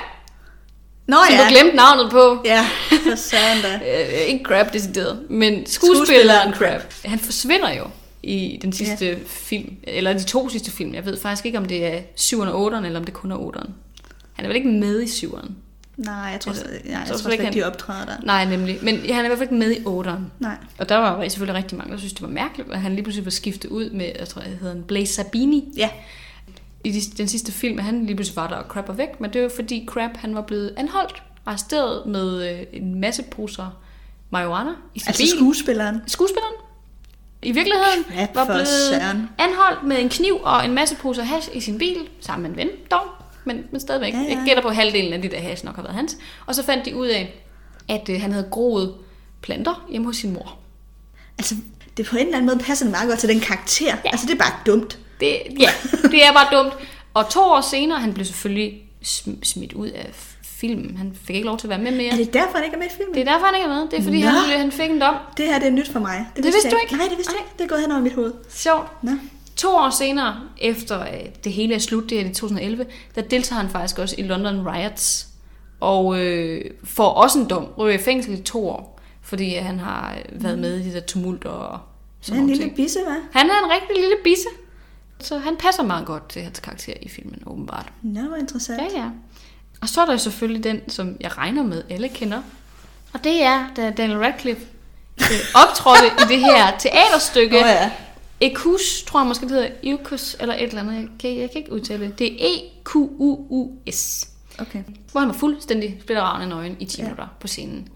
Nå som ja. du glemte navnet på. Ja, for søren da. øh, ikke Crab decideret, men skuespilleren Crab. Han forsvinder jo i den sidste ja. film, eller de to sidste film. Jeg ved faktisk ikke, om det er syveren og otteren, eller om det kun er otteren. Han er vel ikke med i syveren? Nej, jeg tror, altså, jeg, jeg, jeg tror, tror ikke, han... de optræder der. Nej, nemlig. Men han er i hvert fald ikke med i otteren. Nej. Og der var selvfølgelig rigtig mange, der synes, det var mærkeligt, at han lige pludselig var skiftet ud med, jeg tror, jeg hedder en Blaise Zabini. Ja. I de, den sidste film, at han lige pludselig var der, og Crab var væk. Men det var fordi Crab, han var blevet anholdt, arresteret med øh, en masse poser marijuana i sin altså bil. skuespilleren? Skuespilleren. I virkeligheden Crab var blevet søren. anholdt med en kniv og en masse poser hash i sin bil, sammen med en ven dog. Men, men stadigvæk. Ja, ja. Jeg gætter på, at halvdelen af de der hash nok har været hans. Og så fandt de ud af, at øh, han havde groet planter hjemme hos sin mor. Altså, det på en eller anden måde passer meget godt til den karakter. Ja. Altså, det er bare dumt. Det, ja, det er bare dumt. Og to år senere, han blev selvfølgelig smidt ud af filmen. Han fik ikke lov til at være med mere. Er det derfor, han ikke er med i filmen? Det er derfor, han ikke er med. Det er fordi, han, han fik en dom. Det her det er nyt for mig. Det, det vidste du ikke? Nej, det vidste jeg ikke. Det er gået hen over mit hoved. Sjovt. Nå. To år senere, efter det hele er slut, det er i to tusind og elleve, der deltager han faktisk også i London Riots, og øh, får også en dom, ryger i fængsel i to år, fordi han har været med i de der tumulter og sådan noget. Han er en lille bisse, hva'? Han er en rigtig lille bisse, så han passer meget godt til hans karakter i filmen, åbenbart. Nå, hvor interessant. Ja, ja. Og så er der jo selvfølgelig den, som jeg regner med, alle kender, og det er, da Daniel Radcliffe øh, optrådte i det her teaterstykke, oh, ja. Ekus, tror jeg måske det hedder, Ekus eller et eller andet, jeg kan, jeg kan ikke udtale det. Det er E Q U U S. Okay. Hvor han var fuldstændig splitteravne nøgen i ti minutter ja. på scenen.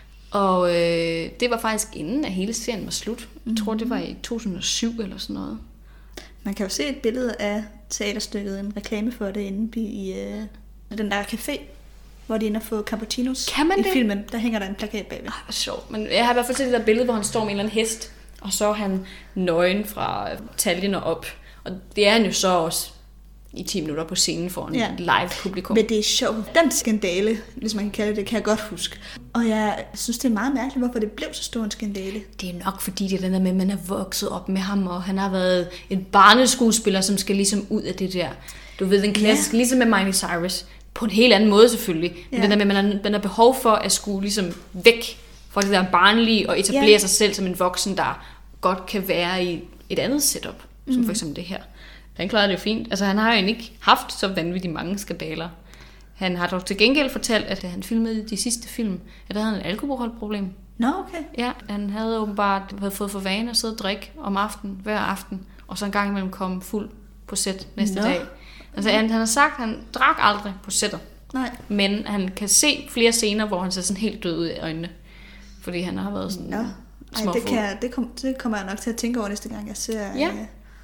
Og øh, det var faktisk inden, at hele serien var slut. Jeg tror, det var i to tusind og syv eller sådan noget. Man kan jo se et billede af teaterstykket, en reklame for det inde i øh, den der café, hvor de er inde og få cappuccinos kan man i det? filmen. Der hænger der en plakat bagved. Ej, hvor sjovt. Men jeg har i hvert fald set det der billede, hvor han står med en eller anden hest, og så er han nøgen fra taljen og op. Og det er han jo så også i ti minutter på scenen for en ja. live publikum. Men det er sjovt. Den skandale, hvis man kan kalde det, kan jeg godt huske. Og jeg synes, det er meget mærkeligt, hvorfor det blev så stor en skandale. Det er nok fordi, det er den der med, at man er vokset op med ham, og han har været en barneskuespiller, som skal ligesom ud af det der. Du ved, den klassiske, ja. ligesom med Miley Cyrus. På en helt anden måde selvfølgelig. Men ja. den der med, at man har, man har behov for at skulle ligesom væk fra det der barnlige, og etablere ja. sig selv som en voksen, der godt kan være i et andet setup, som mm. for eksempel det her. Han klarede det jo fint. Altså, han har jo egentlig ikke haft så vanvittigt mange skandaler. Han har dog til gengæld fortalt, at da han filmede de sidste film, at der havde han et alkoholproblem. Nå, okay. Ja, han havde åbenbart havde fået for vane at sidde og drikke om aftenen, hver aften, og så en gang imellem kom fuld på sæt næste Nå. dag. Altså, han, han har sagt, at han drak aldrig på sættet. Nej. Men han kan se flere scener, hvor han ser sådan helt død ud i øjnene. Fordi han har været sådan Nå. Ej, det, kan, det, kom, det kommer jeg nok til at tænke over næste gang, jeg ser... Ja. Øh,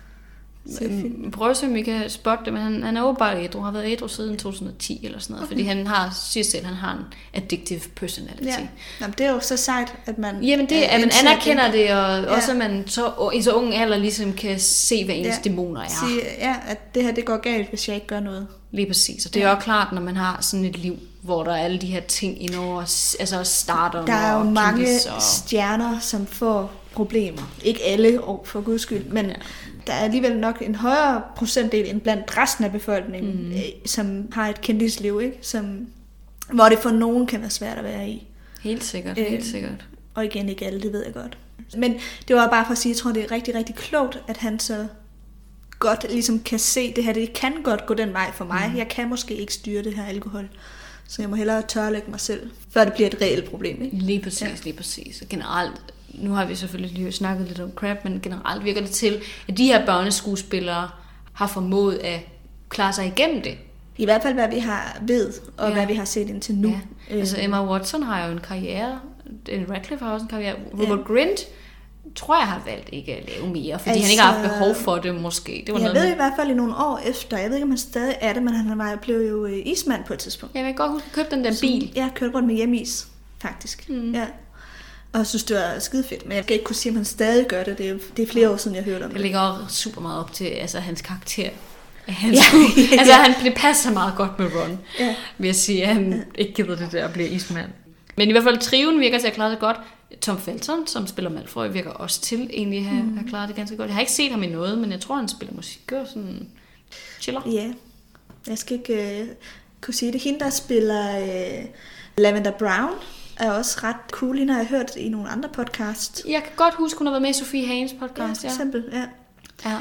Prøv at se, om vi kan spotte det, men han, han er jo bare ædru, har været ædru siden to tusind og ti eller sådan noget, okay. Fordi han har, siger selv, han har en addictive personality. Ja. Jamen, det er jo så sejt, at man... Jamen, det, at man anerkender det, og ja. også at man så, i så ung alder ligesom kan se, hvad ens ja. dæmoner er. Sige, ja, at det her, det går galt, hvis jeg ikke gør noget. Lige præcis, og det er ja. også klart, når man har sådan et liv, hvor der er alle de her ting indover, altså starter der er jo og mange og... stjerner, som får problemer. Ikke alle, for guds skyld, men... Ja. Der er alligevel nok en højere procentdel end blandt resten af befolkningen, mm. som har et kendisliv, ikke? Som, hvor det for nogen kan være svært at være i. Helt sikkert, øh, helt sikkert. Og igen, ikke alle, det ved jeg godt. Men det var bare for at sige, jeg tror, det er rigtig, rigtig klogt, at han så godt ligesom kan se det her. Det kan godt gå den vej for mig. Mm. Jeg kan måske ikke styre det her alkohol. Så jeg må hellere tørlægge mig selv, før det bliver et reelt problem. Ikke? Lige præcis, ja. lige præcis. Generelt, nu har vi selvfølgelig lige snakket lidt om Crab, men generelt virker det til, at de her børneskuespillere har formået at klare sig igennem det. I hvert fald, hvad vi har ved, og ja. hvad vi har set indtil nu. Ja. Øh. Altså Emma Watson har jo en karriere, Radcliffe har også en karriere, Rupert ja. Grint tror jeg har valgt ikke at lave mere, fordi altså, han ikke har haft behov for det måske. Det var jeg noget ved med... i hvert fald i nogle år efter, jeg ved ikke om han stadig er det, men han var, blev jo ismand på et tidspunkt. Jeg vil godt huske at købe den der bil. Ja, kørte rundt med hjemmeis, faktisk. Mm. Ja. Og jeg synes, det var skide fedt, men jeg kan ikke kunne sige, om han stadig gør det. Det er, det er flere år siden, jeg hørte om det. Det ligger også super meget op til altså, hans karakter. Han ja. skulle, altså, han, det passer meget godt med Ron, ja. vil jeg sige, at han ja. ikke gider det der at blive ismand. Men i hvert fald, triven virker til at klare sig godt. Tom Felton, som spiller Malfoy, virker også til egentlig at have, mm. have klaret det ganske godt. Jeg har ikke set ham i noget, men jeg tror, han spiller musik og sådan chiller. Ja, jeg skal ikke uh, kunne sige det. Hende, der spiller uh, Lavender Brown, er også ret cool. Hende har jeg hørt i nogle andre podcasts. Jeg kan godt huske, hun har været med i Sofie Hagens podcast. Ja, for eksempel, ja. ja.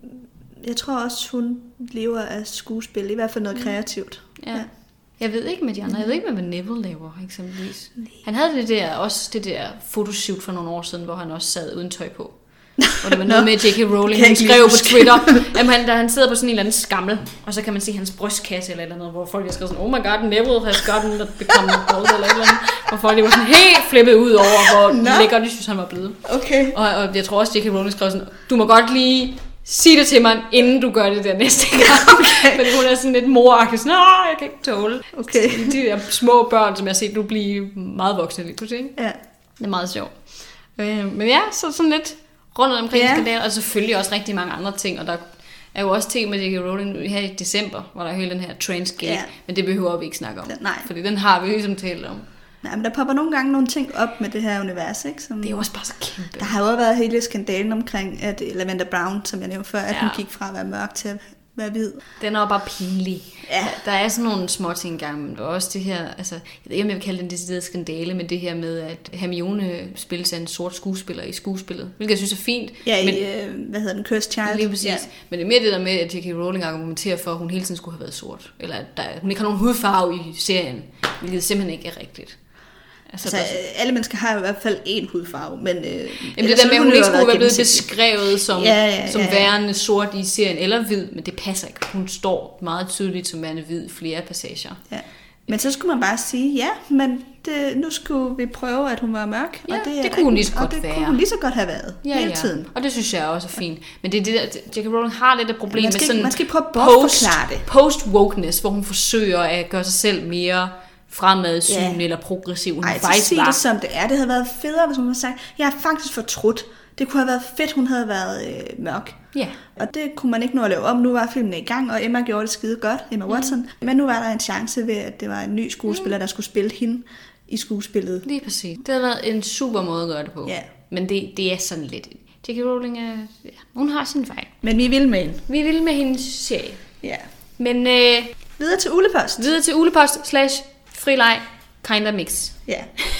Jeg tror også, hun lever af skuespil, i hvert fald noget mm. kreativt. Ja. ja. Jeg ved ikke med de andre. Jeg ved ikke, hvad Neville laver, eksempelvis. Nej. Han havde det der, også det der fotoshoot for nogle år siden, hvor han også sad uden tøj på. Og det var noget med J K Rowling, han skrev på Twitter, jamen, han, da han sidder på sådan en eller anden skammel, og så kan man se hans brystkasse eller et eller andet, hvor folk har skrevet sådan, oh my god, Neville has gotten that become bald, eller et eller andet, hvor folk var sådan helt flippet ud over, hvor no. lækkert de synes, han var blevet. Okay. Og, og jeg tror også, J K Rowling skrev sådan, du må godt lige sige det til mig, inden du gør det der næste gang. Okay. Fordi hun er sådan lidt moragtig, sådan, åh, jeg kan ikke tåle. Okay. De der små børn, som jeg har set nu blive meget voksne lige pludselig. Ja. Det er meget sjovt. Øh, men ja, så sådan lidt rundt omkring ja. skandaler, og selvfølgelig også rigtig mange andre ting, og der er jo også ting med J K Rowling her i december, hvor der er hele den her Transgate, ja. men det behøver vi ikke snakke om. Den, nej. Fordi den har vi ligesom talt om. Nej, men der popper nogle gange nogle ting op med det her univers, ikke? Som, det er jo også bare så kæmpe. Der har jo også været hele skandalen omkring, at Lavender Brown, som jeg nævnte før, at ja. hun gik fra at være mørk til at være hvid. Den er jo bare pinlig. Ja. Der er sådan nogle små ting engang, men også det her, altså, jeg ved ikke, om jeg vil kalde det en decideret skandale, men det her med, at Hermione spilles af en sort skuespiller i skuespillet, hvilket jeg synes er fint. Ja, men, i, øh, hvad hedder den, Cursed Child. Lige præcis. Ja. Men det er mere det der med, at J K Rowling argumenterer for, at hun hele tiden skulle have været sort, eller at der, hun ikke har nogen hudfarve i serien, hvilket simpelthen ikke er rigtigt. Altså, altså alle mennesker har jo i hvert fald én hudfarve, men øh, jamen det der med, at hun ikke skulle være blevet beskrevet som, ja, ja, som ja, ja. værende sort i serien, eller hvid, men det passer ikke. Hun står meget tydeligt som værende hvid i flere passager. Ja. Men så skulle man bare sige, ja, men det, nu skulle vi prøve, at hun var mørk. Ja, og det, det kunne hun lige så godt det være. kunne hun lige så godt have været, ja, hele ja. tiden. Og det synes jeg også er fint. Men det er det der, J K Rowling har lidt et problem man skal, med sådan man skal prøve at bortforklare det. Post-wokeness, hvor hun forsøger at gøre sig selv mere fremadsyn ja. eller progressiv. Hun Ej, så sig det som det er. Det havde været federe, hvis hun havde sagt, jeg har faktisk fortrudt. Det kunne have været fedt, hun havde været øh, mørk. Ja. Og det kunne man ikke nå at lave om. Nu var filmen i gang, og Emma gjorde det skide godt, Emma Watson. Mm. Men nu var der en chance ved, at det var en ny skuespiller, der skulle spille hende i skuespillet. Lige præcis. Det havde været en super måde at gøre det på. Ja. Men det, det er sådan lidt... J K Rowling er... Ja, hun har sin vej. Men vi vil med hende. Vi vil med hendes serie. Ja. Men... Øh, videre til Ulepost. Videre til Ulepost slash frileg kinda mix. Ja.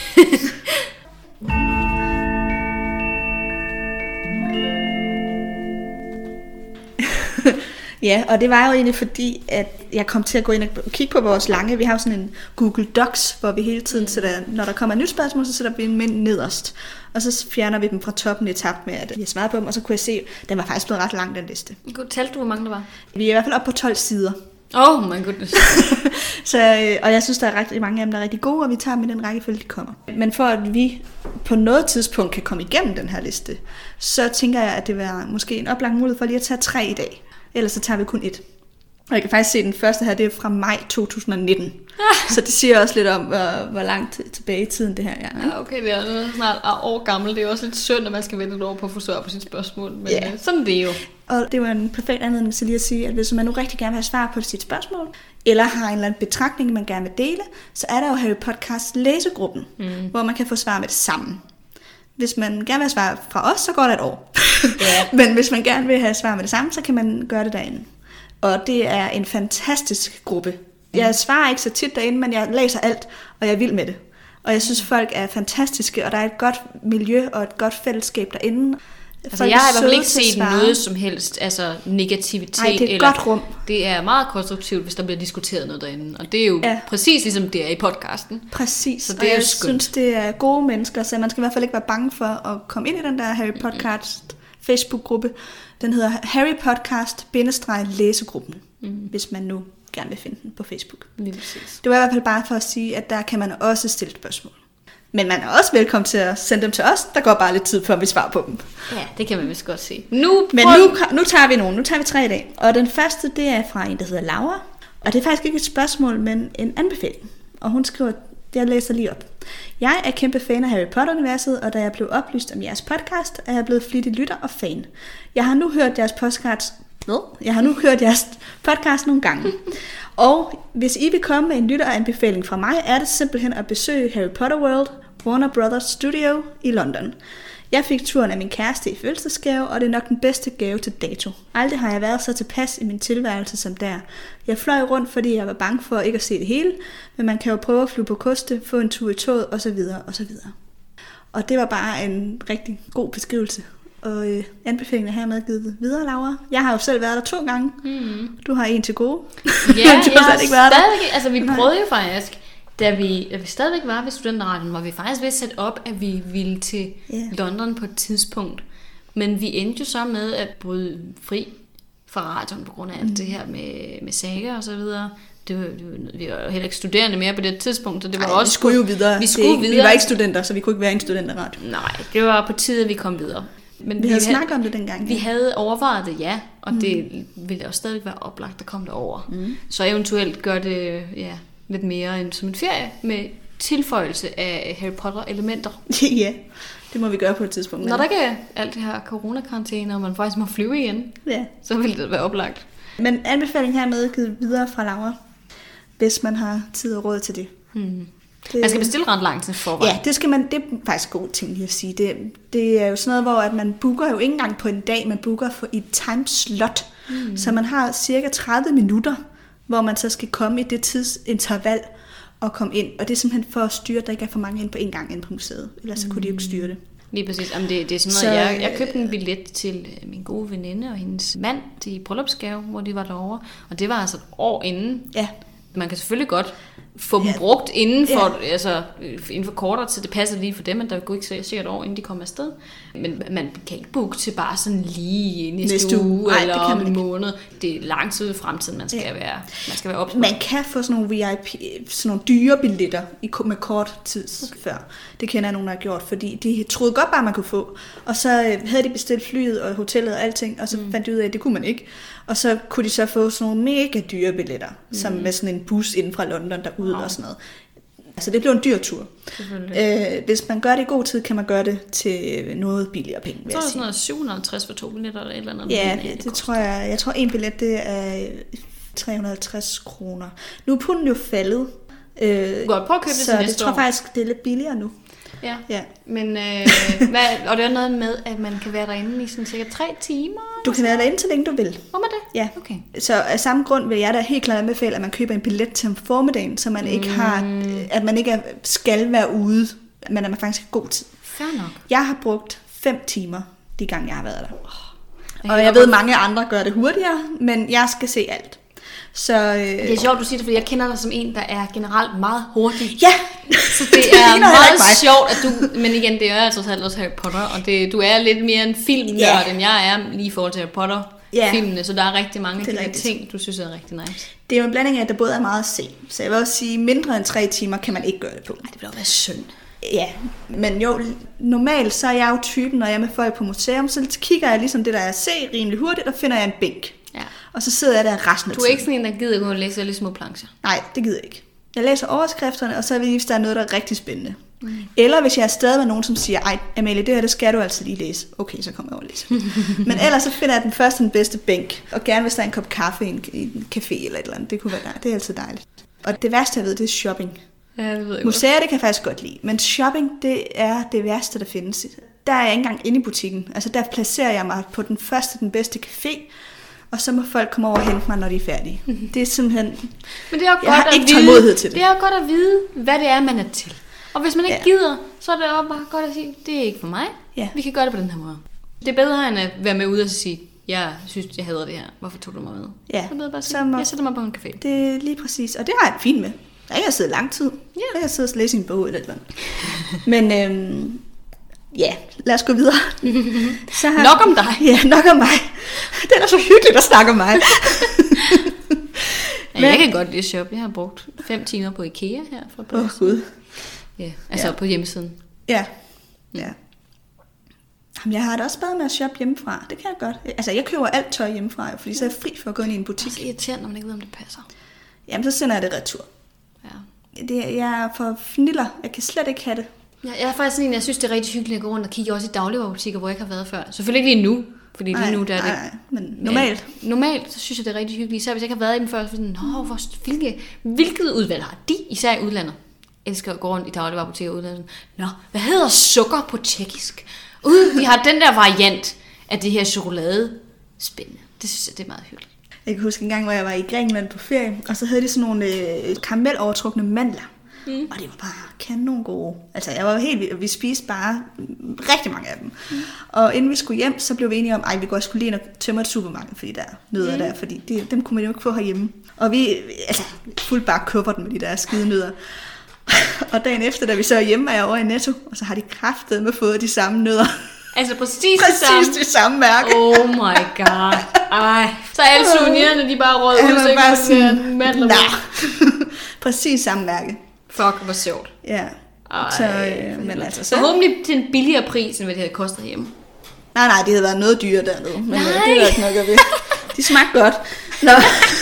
Ja, og det var jo egentlig fordi, at jeg kom til at gå ind og kigge på vores lange. Vi har jo sådan en Google Docs, hvor vi hele tiden sætter, når der kommer et nyt spørgsmål, så sætter vi dem ind nederst. Og så fjerner vi dem fra toppen i takt med, at vi har svaret på dem, og så kunne jeg se, at den var faktisk blevet ret lang, den liste. Talte du, hvor mange der var? Vi er i hvert fald oppe på tolv sider. Oh my goodness. så, og jeg synes, der er rigtig mange af dem, der er rigtig gode, og vi tager dem i den rækkefølge, de kommer. Men for at vi på noget tidspunkt kan komme igennem den her liste, så tænker jeg, at det var måske en oplagt mulighed for lige at tage tre i dag. Ellers så tager vi kun et. Og jeg kan faktisk se, at den første her, det er fra maj to tusind nitten. Så det siger også lidt om, hvor, hvor langt tilbage i tiden det her er. Ja, okay, det er snart år gammel. Det er også lidt synd, at man skal vente et år på at få svar på sit spørgsmål. Men yeah. sådan det er jo. Og det var en perfekt anledning til lige at sige, at hvis man nu rigtig gerne vil have svar på sit spørgsmål, eller har en eller anden betragtning, man gerne vil dele, så er der jo Harry Podcast læsegruppen, mm. hvor man kan få svar med det samme. Hvis man gerne vil have svar fra os, så går der et år. Yeah. Men hvis man gerne vil have svar med det samme, så kan man gøre det derinde. Og det er en fantastisk gruppe. Jeg svarer ikke så tit derinde, men jeg læser alt, og jeg er vild med det. Og jeg synes, folk er fantastiske, og der er et godt miljø og et godt fællesskab derinde. Altså, jeg har i hvert fald ikke set noget som helst, altså negativitet. Ej, det er et eller, godt rum. Det er meget konstruktivt, hvis der bliver diskuteret noget derinde. Og det er jo ja. præcis ligesom det er i podcasten. Præcis, så det og er jeg jo skønt. synes, det er gode mennesker, så man skal i hvert fald ikke være bange for at komme ind i den der Harry Podcast mm. Facebook-gruppe. Den hedder Harry Podcast-læsegruppen, mm. hvis man nu gerne vil finde den på Facebook. Lige præcis. Det var i hvert fald bare for at sige, at der kan man også stille spørgsmål. Men man er også velkommen til at sende dem til os. Der går bare lidt tid, før vi svarer på dem. Ja, det kan man vist godt se. Nu Men nu, nu tager vi nogen. Nu tager vi tre i dag. Og den første, det er fra en, der hedder Laura. Og det er faktisk ikke et spørgsmål, men en anbefaling. Og hun skriver, jeg læser lige op. Jeg er kæmpe fan af Harry Potter-universet, og da jeg blev oplyst om jeres podcast, er jeg blevet flittig lytter og fan. Jeg har nu hørt jeres podcast... Jeg har nu hørt jeres podcast nogle gange. Og hvis I vil komme med en lytteranbefaling fra mig, er det simpelthen at besøge Harry Potter World Warner Brothers Studio i London. Jeg fik turen af min kæreste i fødselsdagsgave, og det er nok den bedste gave til dato. Aldrig har jeg været så tilpas i min tilværelse som der. Jeg fløj rundt, fordi jeg var bange for ikke at se det hele, men man kan jo prøve at flyve på koste, få en tur i toget osv. osv. Og det var bare en rigtig god beskrivelse. Og øh, anbefalingen er hermed givet videre, Laura. Jeg har jo selv været der to gange. Mm. Du har en til gode. Ja, du har slet ikke været der. Altså, vi prøvede jo faktisk, da vi, da vi stadigvæk var ved Studenterradioen, var vi faktisk ved at sætte op, at vi ville til yeah. London på et tidspunkt. Men vi endte jo så med at bryde fri fra radioen på grund af alt mm. det her med, med sager og så videre. Det var, det var, vi var jo heller ikke studerende mere på det tidspunkt, så det var Ej, også... vi skulle jo videre. Vi, skulle ikke, videre. Vi var ikke studenter, så vi kunne ikke være i en studenterradio. Nej, det var på tide, at vi kom videre. Men vi, vi havde snakket om det dengang. Vi ja. havde overvejet det, ja. Og mm. det ville også stadig være oplagt at komme derover. Mm. Så eventuelt gør det ja, lidt mere end som en ferie med tilføjelse af Harry Potter-elementer. Ja, det må vi gøre på et tidspunkt. Når der ikke er alt det her coronakarantæne, og man faktisk må flyve igen, ja. så vil det være oplagt. Men anbefalingen hermed givet videre fra Laura, hvis man har tid og råd til det. Mm. Det, man skal bestille ret lang tid forvejen. Ja, det skal man. Det er faktisk god ting lige at sige. Det, det er jo sådan noget, hvor at man booker jo ikke engang på en dag, man booker for et timeslot. Mm. Så man har cirka tredive minutter, hvor man så skal komme i det tidsinterval og komme ind. Og det er simpelthen for at styre, at der ikke er for mange ind på en gang ind på museet. Ellers så kunne de jo ikke styre det. Lige præcis. Jamen det, det er sådan noget, så, jeg, jeg købte en billet til min gode veninde og hendes mand i bryllupsgave, hvor de var derovre. Og det var altså et år inden. Ja. Man kan selvfølgelig godt få dem ja. brugt inden for, ja. altså, inden for kortere, så det passer lige for dem, men der går ikke sikkert et år, inden de kommer afsted. Men man kan ikke booke til bare sådan lige næste, næste uge, uge eller om en måned. Det er lang tid i fremtiden, man skal ja. være, man skal være ops. Man kan få sådan nogle V I P, sådan nogle dyre billetter med kort tid okay. før. Det kender jeg nogen, der har gjort, fordi de troede godt bare, man kunne få. Og så havde de bestilt flyet og hotellet og alting, og så mm. fandt de ud af, at det kunne man ikke. Og så kunne de så få sådan nogle mega dyre billetter, mm. som med sådan en bus inden fra London derude wow. og sådan noget. Altså det blev en dyr tur. Øh, hvis man gør det i god tid, kan man gøre det til noget billigere penge. Så er det sådan noget syv hundrede og halvtreds for to billetter eller et eller andet. Ja, det, det, det tror jeg. Jeg tror en billet det er tre hundrede og halvtreds kroner. Nu er punden jo faldet. Øh, Godt, prøv at købe det til næste år. Så jeg tror faktisk, det er lidt billigere nu. Ja, ja. Men, øh, hvad, og det er noget med, at man kan være derinde i sådan cirka tre timer? Du kan være derinde, så længe du vil. Må man det? Ja. Okay. Så af samme grund vil jeg da helt klart anbefale, at man køber en billet til om formiddagen, så man ikke mm. har, at man ikke skal være ude, men at man faktisk har god tid. Fair nok. Jeg har brugt fem timer, de gange jeg har været der. Oh, og jeg ved, at mange andre gør det hurtigere, men jeg skal se alt. Så, øh... det er sjovt, du siger det, fordi jeg kender dig som en, der er generelt meget hurtig. Ja! Så det er meget sjovt, at du... Men igen, det er altså selv også Harry Potter, og det, du er lidt mere en filmnørd, yeah. end jeg er lige i forhold til Harry Potter-filmene, yeah. så der er rigtig mange af de her ting, du synes er rigtig nice. Det er jo en blanding af, at der både er meget at se. Så jeg vil også sige, mindre end tre timer kan man ikke gøre det på. Nej, det vil også være synd. Ja, men jo, normalt så er jeg jo typen, når jeg er med folk på museum, så kigger jeg ligesom det, der er at se rimelig hurtigt, og finder jeg en bænk. Ja. Og så sidder jeg der resten af tiden. Du er ikke sådan en, der gider gå og læse alle små plancher? Nej, det gider jeg ikke. Jeg læser overskrifterne, og så vil jeg, hvis der er noget, der er rigtig spændende. Mm. Eller hvis jeg er stadig med nogen, som siger, ej, Amalie, det her, det skal du altså lige læse. Okay, så kommer jeg over og læser. Men ellers så finder jeg den første den bedste bænk. Og gerne hvis der er en kop kaffe i en, i en café eller et eller andet. Det kunne være der. Det er altid dejligt. Og det værste, jeg ved, det er shopping. Ja, det ved jeg. Museer, det kan jeg faktisk godt lide. Men shopping, det er det værste, der findes. Der er jeg ikke engang inde i butikken. Altså der placerer jeg mig på den første, den bedste café. Og så må folk komme over og hente mig, når de er færdige. Det er simpelthen... Men det er jo godt jeg har at ikke tålmodighed til det. Det er jo godt at vide, hvad det er, man er til. Og hvis man ikke ja. gider, så er det jo bare godt at sige, det er ikke for mig. Ja. Vi kan gøre det på den her måde. Det er bedre end at være med ude og sige, jeg synes, jeg hader det her. Hvorfor tog du mig med? Ja. Så bare sige, må... Jeg sætter mig på en café. Det er lige præcis. Og det har jeg fint med. Jeg har siddet lang tid. Ja. Jeg har siddet og læst en bog eller et eller andet. Men... Øhm... Ja, lad os gå videre. Så har... Nok om dig. Ja, nok om mig. Det er da så hyggeligt at snakke om mig. Men... Jeg kan godt lide shop. Jeg har brugt fem timer på IKEA her. Åh oh, gud. Ja, altså ja. På hjemmesiden. Ja, ja. Jamen, jeg har da også bedre med at shoppe hjemmefra. Det kan jeg godt. Altså, jeg køber alt tøj hjemmefra, fordi så er jeg fri for at gå ind i en butik. Det er irriterende, når man ikke ved, om det passer. Jamen, så sender jeg det retur. Ja. Det, jeg er for fniller. Jeg kan slet ikke have det. Ja, jeg er faktisk sådan en, jeg synes, det er rigtig hyggeligt at gå rundt og kigge også i dagligvarebutikker, hvor jeg ikke har været før. Selvfølgelig ikke lige nu, fordi lige nu der er det... Nej, men normalt. Men, normalt, så synes jeg, det er rigtig hyggeligt. Især hvis jeg ikke har været i dem før, så sådan, nå, hvor, hvilke, hvilket udvalg har de, især i udlandet? elsker at gå rundt i dagligvarebutikker uden sådan, nå, hvad hedder sukker på tjekkisk? Uh, de har den der variant af det her chokolade. Spændende. Det synes jeg, det er meget hyggeligt. Jeg kan huske en gang, hvor jeg var i Grækenland på ferie, og så havde de sådan nogle øh, karamelovertrukne mandler. Mm. Og det var bare kanon gode. Altså, jeg var helt, vi spiste bare rigtig mange af dem. Mm. Og inden vi skulle hjem, så blev vi enige om, at vi godt skulle lige ind og tømme et supermarked, fordi der nødder mm. der, fordi de, dem kunne man jo ikke få herhjemme. Og vi, altså, fuldt bare covered med de der skide nødder. Og dagen efter, da vi så er hjemme, var jeg over i Netto, og så har de kraftedeme fået de samme nødder. Altså præcis, præcis det samme. det samme mærke. Oh my god. Ej. Så alle souvenirerne, de bare rød ud, så ikke bare sådan, mandler med. Præcis samme mærke. Fuck, hvor sjovt. Ja. Ej, så, øh, men altså, så forhåbentlig til en billigere pris, end hvad det havde kostet hjemme. Nej, nej, det havde været noget dyre dernede. Men nej. Øh, det er der ikke nok at ved. De smagte godt. Nå.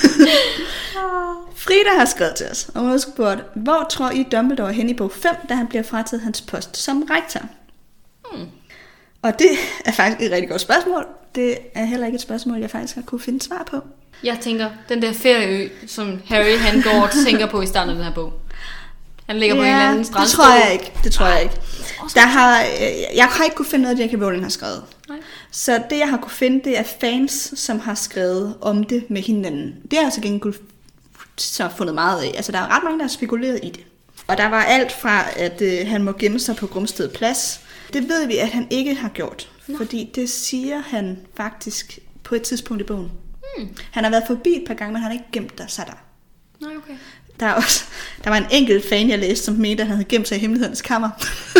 Frida har skrevet til os, og hun har spurgt, hvor tror I Dumbledore er henne i bog fem, da han bliver frataget hans post som rektor? Hmm. Og det er faktisk et rigtig godt spørgsmål. Det er heller ikke et spørgsmål, jeg faktisk har kunne finde svar på. Jeg tænker, den der ferieø, som Harry han går og tænker på i starten af den her bog. Han ligger ja, på en eller anden strand. Det tror jeg ikke. Det tror jeg ikke. Der har, jeg har ikke kunne finde noget, J K Rowling har skrevet. Nej. Så det, jeg har kunne finde, det er fans, som har skrevet om det med hinanden. Det har jeg altså gengæld så fundet meget af. Altså, der er ret mange, der har spekuleret i det. Og der var alt fra, at øh, han må gemme sig på Grumsted Plads. Det ved vi, at han ikke har gjort. Nå. Fordi det siger han faktisk på et tidspunkt i bogen. Hmm. Han har været forbi et par gange, men han har ikke gemt der, sig der. Nej, okay. Der, er også, der var en enkelt fan, jeg læste, som mente, at han havde gemt sig i hemmelighedens kammer.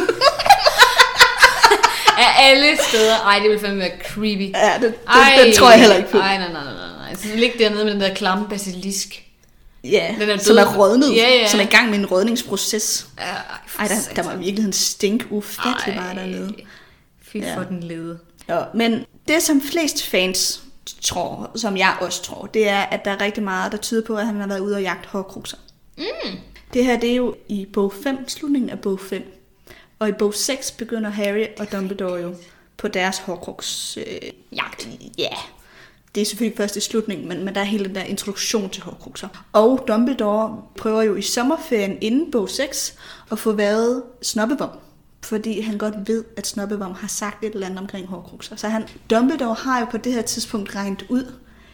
Af alle steder. Ej, det ville fandme være creepy. Ja, det, det, Ej, det tror jeg heller ikke på. Ej, nej, nej, nej, nej. Så ligge dernede med den der klamme basilisk. Ja, den er som er rådnet, ja, ja. som er i gang med en rådningsproces. Ja, ej, der, der var virkelig en stink ufattelig bare dernede. Fy for ja. Den lede. Ja, men det, som flest fans tror, som jeg også tror, det er, at der er rigtig meget, der tyder på, at han har været ude og jagte horcruxer. Mm. Det her, det er jo i bog fem, slutningen af bog fem. Og i bog seks begynder Harry og Dumbledore jo på deres horcrux-jagt. Øh, ja, yeah. Det er selvfølgelig først i slutningen, men, men der er hele den der introduktion til horcruxer. Og Dumbledore prøver jo i sommerferien inden bog seks at få været Snobbevom, fordi han godt ved, at Snobbevom har sagt et eller andet omkring horcruxer. Så han, Dumbledore har jo på det her tidspunkt regnet ud,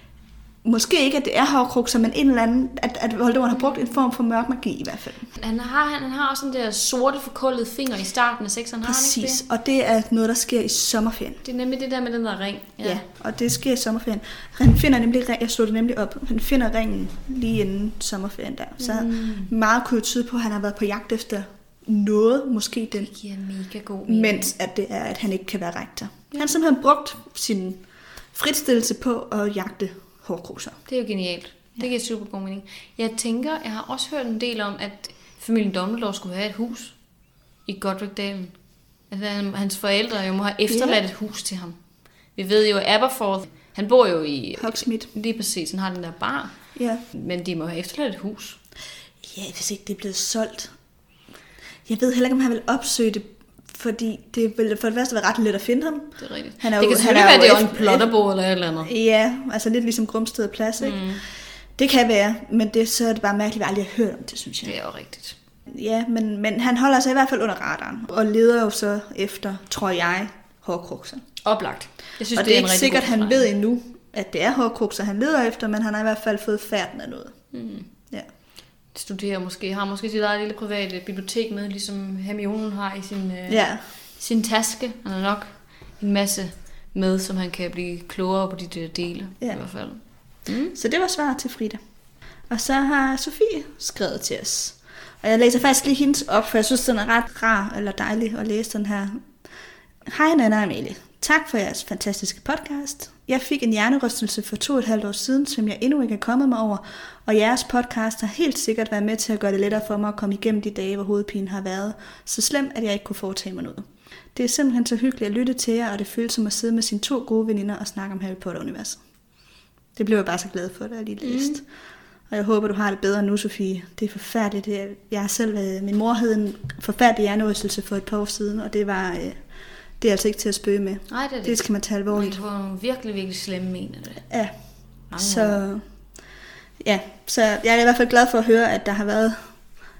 måske ikke, at det er horcruxer, men en eller anden, at, at Voldemort har brugt en form for mørk magi i hvert fald. Han har, han, han har også den der sorte forkullede finger i starten af sekseren, har præcis, han ikke det? Og det er noget, der sker i sommerferien. Det er nemlig det der med den der ring. Ja, ja, og det sker i sommerferien. Han finder nemlig, jeg slog det nemlig op, han finder ringen lige inden sommerferien der. Så mm. meget kunne tyde på, at han har været på jagt efter noget, måske den. Det giver mega god mening. Mens at det er, at han ikke kan være rektor. Ja. Han har simpelthen brugt sin fritstillelse på at jagte horcruxer. Det er jo genialt. Det giver super god mening. Jeg tænker, jeg har også hørt en del om, at familien Dumbledore skulle have et hus i Godric-dalen. Altså, hans forældre jo må have efterladt yeah. et hus til ham. Vi ved jo, at Aberforth, han bor jo i Hogsmeade. Lige præcis, han har den der bar. Ja. Men de må have efterladt et hus. Ja, hvis ikke det er blevet solgt. Jeg ved heller ikke, om han vil opsøge det, fordi det vil for det første være ret let at finde ham. Det er rigtigt. Han er det jo, kan selvfølgelig være, det er en plotterbo eller et eller andet. Ja, altså lidt ligesom Grumsted Plads, ikke? Mm. Det kan være, men det, så er det bare mærkeligt, at vi aldrig har hørt om det, synes jeg. Det er jo rigtigt. Ja, men, men han holder sig i hvert fald under radaren, og leder jo så efter, tror jeg, horcruxer. Oplagt. Jeg synes, og det, det er en ikke sikkert, han ved endnu, at det er horcruxer, han leder efter, men han har i hvert fald fået færden af noget. Mm. Ja. Studerer måske, har måske sit eget lille private bibliotek med, ligesom Hermione har i sin, øh, ja. sin taske. Han har nok en masse med, som han kan blive klogere på de der dele, ja. I hvert fald. Mm. Så det var svaret til Frida. Og så har Sofie skrevet til os. Og jeg læser faktisk lige hendes op, for jeg synes, den er ret rar eller dejlig at læse den her. Hej Nana og Amalie. Tak for jeres fantastiske podcast. Jeg fik en hjernerystelse for to og et halvt år siden, som jeg endnu ikke er kommet mig over, og jeres podcast har helt sikkert været med til at gøre det lettere for mig at komme igennem de dage, hvor hovedpinen har været så slem, at jeg ikke kunne foretage mig noget. Det er simpelthen så hyggeligt at lytte til jer, og det føles som at sidde med sine to gode veninder og snakke om Harry Potter-universet. Det blev jeg bare så glad for, da jeg lige læste. Mm. Og jeg håber, du har det bedre nu, Sofie. Det er forfærdeligt. Jeg har selv, min mor havde en forfærdelig hjernerystelse for et par år siden, og det var... Det er altså ikke til at spøge med. Nej, det er det. Det skal man tage alvorligt. Det var virkelig, virkelig slemme mener det. Ja. Så, ja. Så jeg er i hvert fald glad for at høre, at der har været,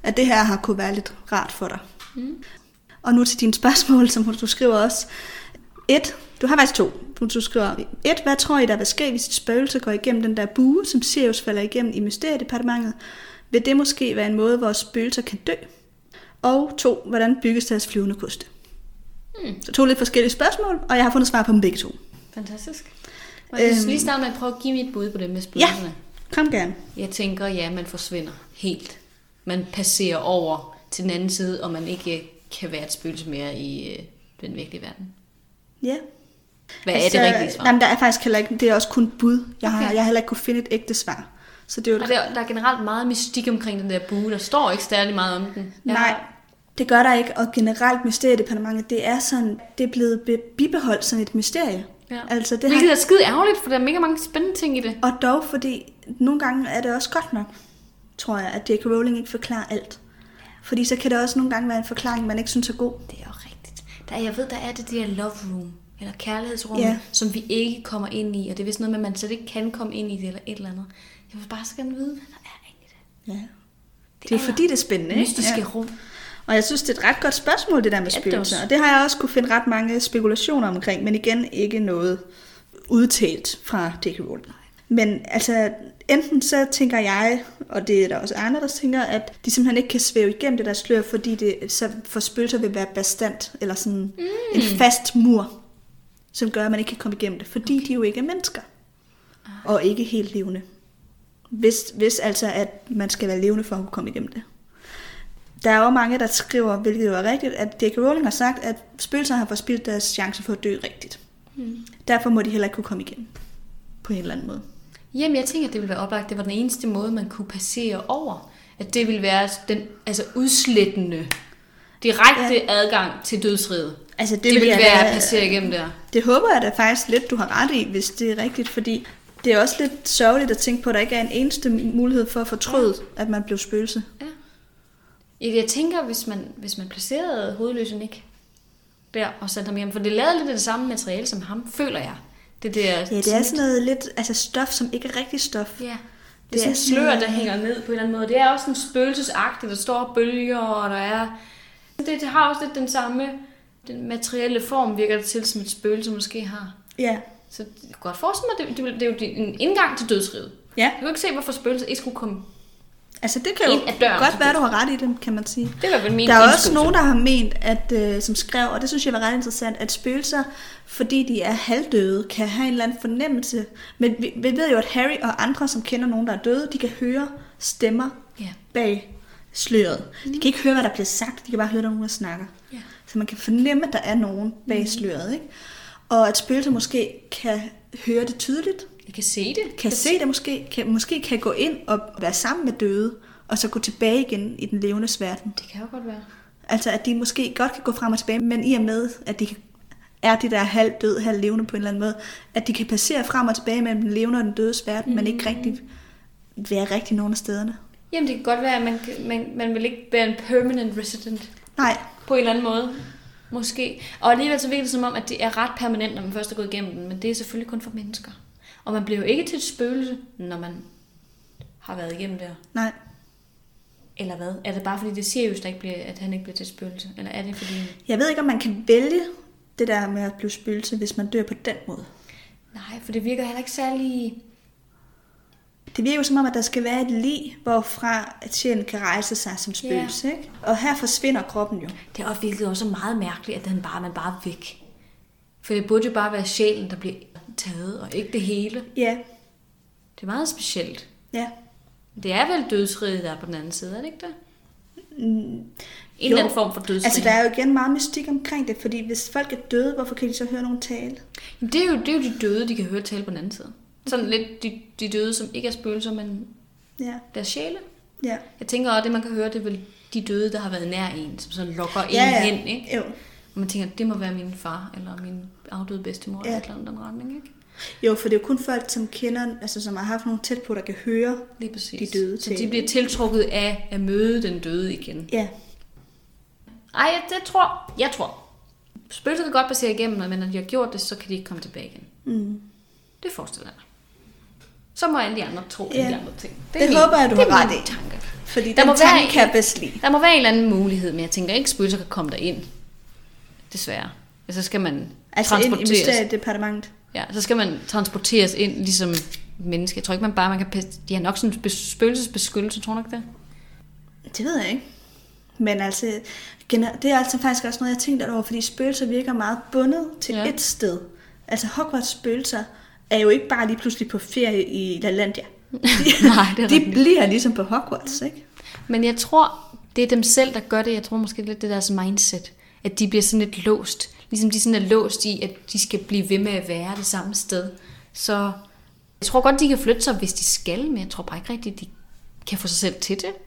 at det her har kunne være lidt rart for dig. Mm. Og nu til dine spørgsmål, som du skriver også. Et, du har faktisk to. Du skriver, et, hvad tror I, der vil ske, hvis et spøgelse går igennem den der bue, som Sirius falder igennem i Mysteriedepartementet? Vil det måske være en måde, hvor spøgelser kan dø? Og to, hvordan bygges deres flyvende koste? Mm. Så to lidt forskellige spørgsmål, og jeg har fundet svar på dem begge to. Fantastisk. Og jeg øhm, lige starte med at prøve at give mit bud på det med spøgelserne. Ja, kom gerne. Jeg tænker, ja, man forsvinder helt. Man passerer over til den anden side, og man ikke kan være et spøgelse mere i øh, den virkelige verden. Ja. Hvad altså, er det rigtige svar? Nej, der er faktisk heller ikke, det er også kun bud. Jeg har, okay. jeg har heller ikke kunne finde et ægte svar. Så det er jo og der, der er generelt meget mystik omkring den der bue. Der står ikke særlig meget om den. Jeg Nej, har... det gør der ikke. Og generelt Mysteriedepartementet, det er sådan, det er blevet bibeholdt sådan et mysterie. Ja. Altså, det Hvilket har... er skide ærgerligt, for der er mega mange spændende ting i det. Og dog, fordi nogle gange er det også godt nok, tror jeg, at J K. Rowling ikke forklarer alt. Fordi så kan det også nogle gange være en forklaring, man ikke synes er god. Det er jo rigtigt. Der, jeg ved, der er det der love room, eller kærlighedsrum, ja. som vi ikke kommer ind i. Og det er vist noget med, at man slet ikke kan komme ind i det, eller et eller andet. Jeg vil bare så gerne vide, hvad der er inde i det. Ja. Det, det er fordi, det er spændende, ikke? Mystiske ja. rum. Og jeg synes, det er et ret godt spørgsmål, det der med spøgelser. Og det har jeg også kunne finde ret mange spekulationer omkring, men igen ikke noget udtalt fra J K. Rowling. Men altså, enten så tænker jeg, og det er der også andre, der tænker, at de simpelthen ikke kan svæve igennem det der slør, fordi det så for spøgelser vil være bestandt, eller sådan mm. en fast mur, som gør, at man ikke kan komme igennem det, fordi okay. de jo ikke er mennesker, og ikke helt levende. Hvis, hvis altså, at man skal være levende for at kunne komme igennem det. Der er jo mange, der skriver, hvilket jo er rigtigt, at J K. Rowling har sagt, at spøgelser har forspildt deres chance for at dø rigtigt. Mm. Derfor må de heller ikke kunne komme igennem på en eller anden måde. Jamen, jeg tænker, at det ville være oplagt. Det var den eneste måde, man kunne passere over. At det ville være den altså udslettende, direkte ja. adgang til dødsriget. Altså, det, det ville være at passere igennem der. Det håber jeg da faktisk lidt, du har ret i, hvis det er rigtigt. Fordi det er også lidt sørgeligt at tænke på, at der ikke er en eneste mulighed for at fortryde, ja. at man blev spøgelse. Ja. Jeg tænker, hvis man, hvis man placerede hovedløse Nick der og sendte ham hjem. For det lavede lidt det samme materiale som ham, føler jeg. Det der, ja, det er sådan noget lidt, altså stof, som ikke er rigtig stof. Ja, det, det er sådan en slør, der hænger ned på en eller anden måde. Det er også en spøgelsesagtigt, der står bølger, og der er... Det, det har også lidt den samme, den materielle form, virker det til, som et spøgelse måske har. Ja. Så jeg kan godt forestille mig, det, det, det er jo en indgang til dødsriget. Ja. Jeg kan jo ikke se, hvorfor spøgelser ikke skulle komme. Altså det kan jo godt være, du har ret i det, kan man sige. Det var vel min der er også nogen, der har ment, at, øh, som skrev, og det synes jeg var ret interessant, at spøgelser, fordi de er halvdøde, kan have en eller anden fornemmelse. Men vi, vi ved jo, at Harry og andre, som kender nogen, der er døde, de kan høre stemmer yeah. bag sløret. Mm. De kan ikke høre, hvad der bliver sagt, de kan bare høre, at nogen der snakker. Yeah. Så man kan fornemme, at der er nogen bag mm. sløret. Ikke? Og at spøgelser måske kan høre det tydeligt. Jeg kan se det. Kan se det måske. Kan, måske kan gå ind og være sammen med døde, og så gå tilbage igen i den levendes verden. Det kan jo godt være. Altså, at de måske godt kan gå frem og tilbage, men i og med, at de er de der halv død, halv levende på en eller anden måde, at de kan passere frem og tilbage mellem den levende og den dødes verden, mm. men ikke rigtig være rigtig nogen af stederne. Jamen, det kan godt være, at man, man, man vil ikke være en permanent resident. Nej. På en eller anden måde. Måske. Og alligevel så virker det som om, at det er ret permanent, når man først er gået igennem den, men det er selvfølgelig kun for mennesker. Og man bliver jo ikke til et spøgelse, når man har været igennem der. Nej. Eller hvad? Er det bare fordi det Sirius, der ikke bliver, at han ikke bliver til et spøgelse? Eller er det fordi... Jeg ved ikke, om man kan vælge det der med at blive spøgelse, hvis man dør på den måde. Nej, for det virker heller ikke særlig... Det virker jo som om, at der skal være et lig, hvorfra at sjælen kan rejse sig som spøgelse. Yeah. Ikke? Og her forsvinder kroppen jo. Det er også virkelig også meget mærkeligt, at den bare, man bare er væk. For det burde jo bare være sjælen, der bliver taget, og ikke det hele. Ja. Yeah. Det er meget specielt. Ja. Yeah. Det er vel dødsriget, der er på den anden side, er det ikke det? Mm, en eller anden form for dødsrig. Altså, der er jo igen meget mystik omkring det, fordi hvis folk er døde, hvorfor kan de så høre nogen tale? Jamen, det, er jo, det er jo de døde, de kan høre tale på den anden side. Sådan lidt de, de døde, som ikke er spøgelser, men ja. deres sjæle. Ja. Jeg tænker også, at det man kan høre, det er vel de døde, der har været nær en, som så lokker en ja, ja. hen, ikke? Jo. Og man tænker, det må være min far, eller min afdøde bedstemor, ja. eller den retning, ikke? Jo, for det er jo kun folk, som kender, altså som har haft nogen tæt på, der kan høre lige præcis. De døde. Så de bliver tiltrukket af at møde den døde igen. Ja. Ej, det tror jeg tror. Spøgelser kan godt passere igennem, men når de har gjort det, så kan de ikke komme tilbage igen. Mm. Det forestiller jeg mig. Så må alle de andre tro ja. de andre ting. Det, det håber jeg, du har ret i. Fordi der den må tanke være, kan jeg bedst lide. Der må være en eller anden mulighed, men jeg tænker ikke, spøgelser kan komme derind. Desværre. Så skal man altså transporteres. Altså ind i Mysteriedepartementet? Ja, så skal man transporteres ind ligesom menneske. Jeg tror ikke, man bare man kan... De har nok sådan en spøgelsesbeskyttelse, tror du ikke det? Det ved jeg ikke. Men altså, det er altså faktisk også noget, jeg tænkte over, fordi spøgelser virker meget bundet til ja. et sted. Altså Hogwarts spøgelser er jo ikke bare lige pludselig på ferie i LaLandia. De, Nej, det er de bliver ligesom på Hogwarts, ikke? Men jeg tror, det er dem selv, der gør det. Jeg tror måske lidt, det er deres mindset. At de bliver sådan lidt låst. Ligesom de sådan er låst i, at de skal blive ved med at være det samme sted. Så jeg tror godt, de kan flytte sig, hvis de skal, men jeg tror bare ikke rigtigt, at de kan få sig selv til det.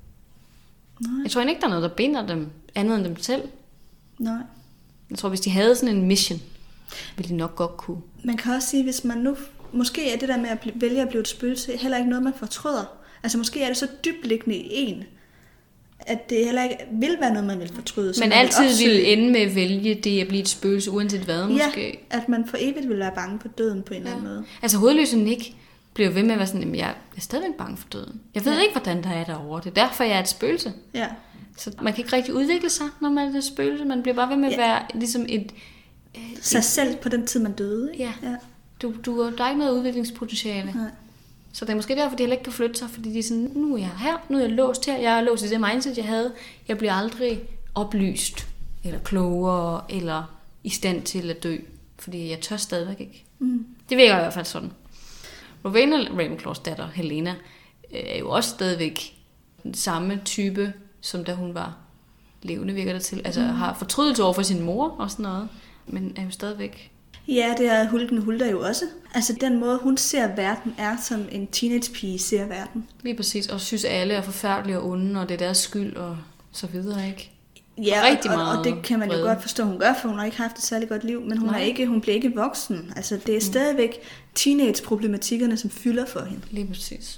Nej. Jeg tror ikke, der er noget, der binder dem andet end dem selv. Nej. Jeg tror, hvis de havde sådan en mission, ville de nok godt kunne. Man kan også sige, hvis man nu... Måske er det der med at vælge at blive et spøgelse heller ikke noget, man fortryder. Altså måske er det så dybtliggende i en, at det heller ikke vil være noget, man vil fortryde. Men altid vil, vil ende med at vælge det at blive et spøgelse, uanset hvad måske. Ja, at man for evigt vil være bange for døden på en ja. eller anden måde. Altså hovedløse Nick bliver ved med at være sådan, at jeg er stadigvæk bange for døden. Jeg ved ja. ikke, hvordan der er derovre. Det er derfor, jeg er et spøgelse. Ja. Så man kan ikke rigtig udvikle sig, når man er et spøgelse. Man bliver bare ved med at ja. være ligesom et... sig et, selv på den tid, man døde. Ikke? Ja. ja. Du, du, der er ikke noget udviklingspotentiale. Nej. Så det er måske derfor, de heller ikke kan flytte sig, fordi de er sådan, nu er jeg her, nu er jeg låst her, jeg er låst i det mindset, jeg havde. Jeg bliver aldrig oplyst, eller klogere, eller i stand til at dø, fordi jeg tør stadigvæk ikke. Mm. Det virker i hvert fald sådan. Rowena Ravenclaws datter, Helena, er jo også stadigvæk den samme type, som da hun var levende, virker det til. Altså mm. har fortrydelse over for sin mor og sådan noget, men er jo stadigvæk... Ja, det er Hulken Hulda jo også. Altså den måde, hun ser verden, er som en teenage-pige ser verden. Lige præcis, og synes alle er forfærdelige og onde, og det er deres skyld og så videre, ikke? Ja, og, og, og det kan man jo vrede. godt forstå, hun gør, for hun har ikke haft et særligt godt liv, men hun, er ikke, hun bliver ikke voksen. Altså det er mm. stadigvæk teenage-problematikkerne, som fylder for hende. Lige præcis.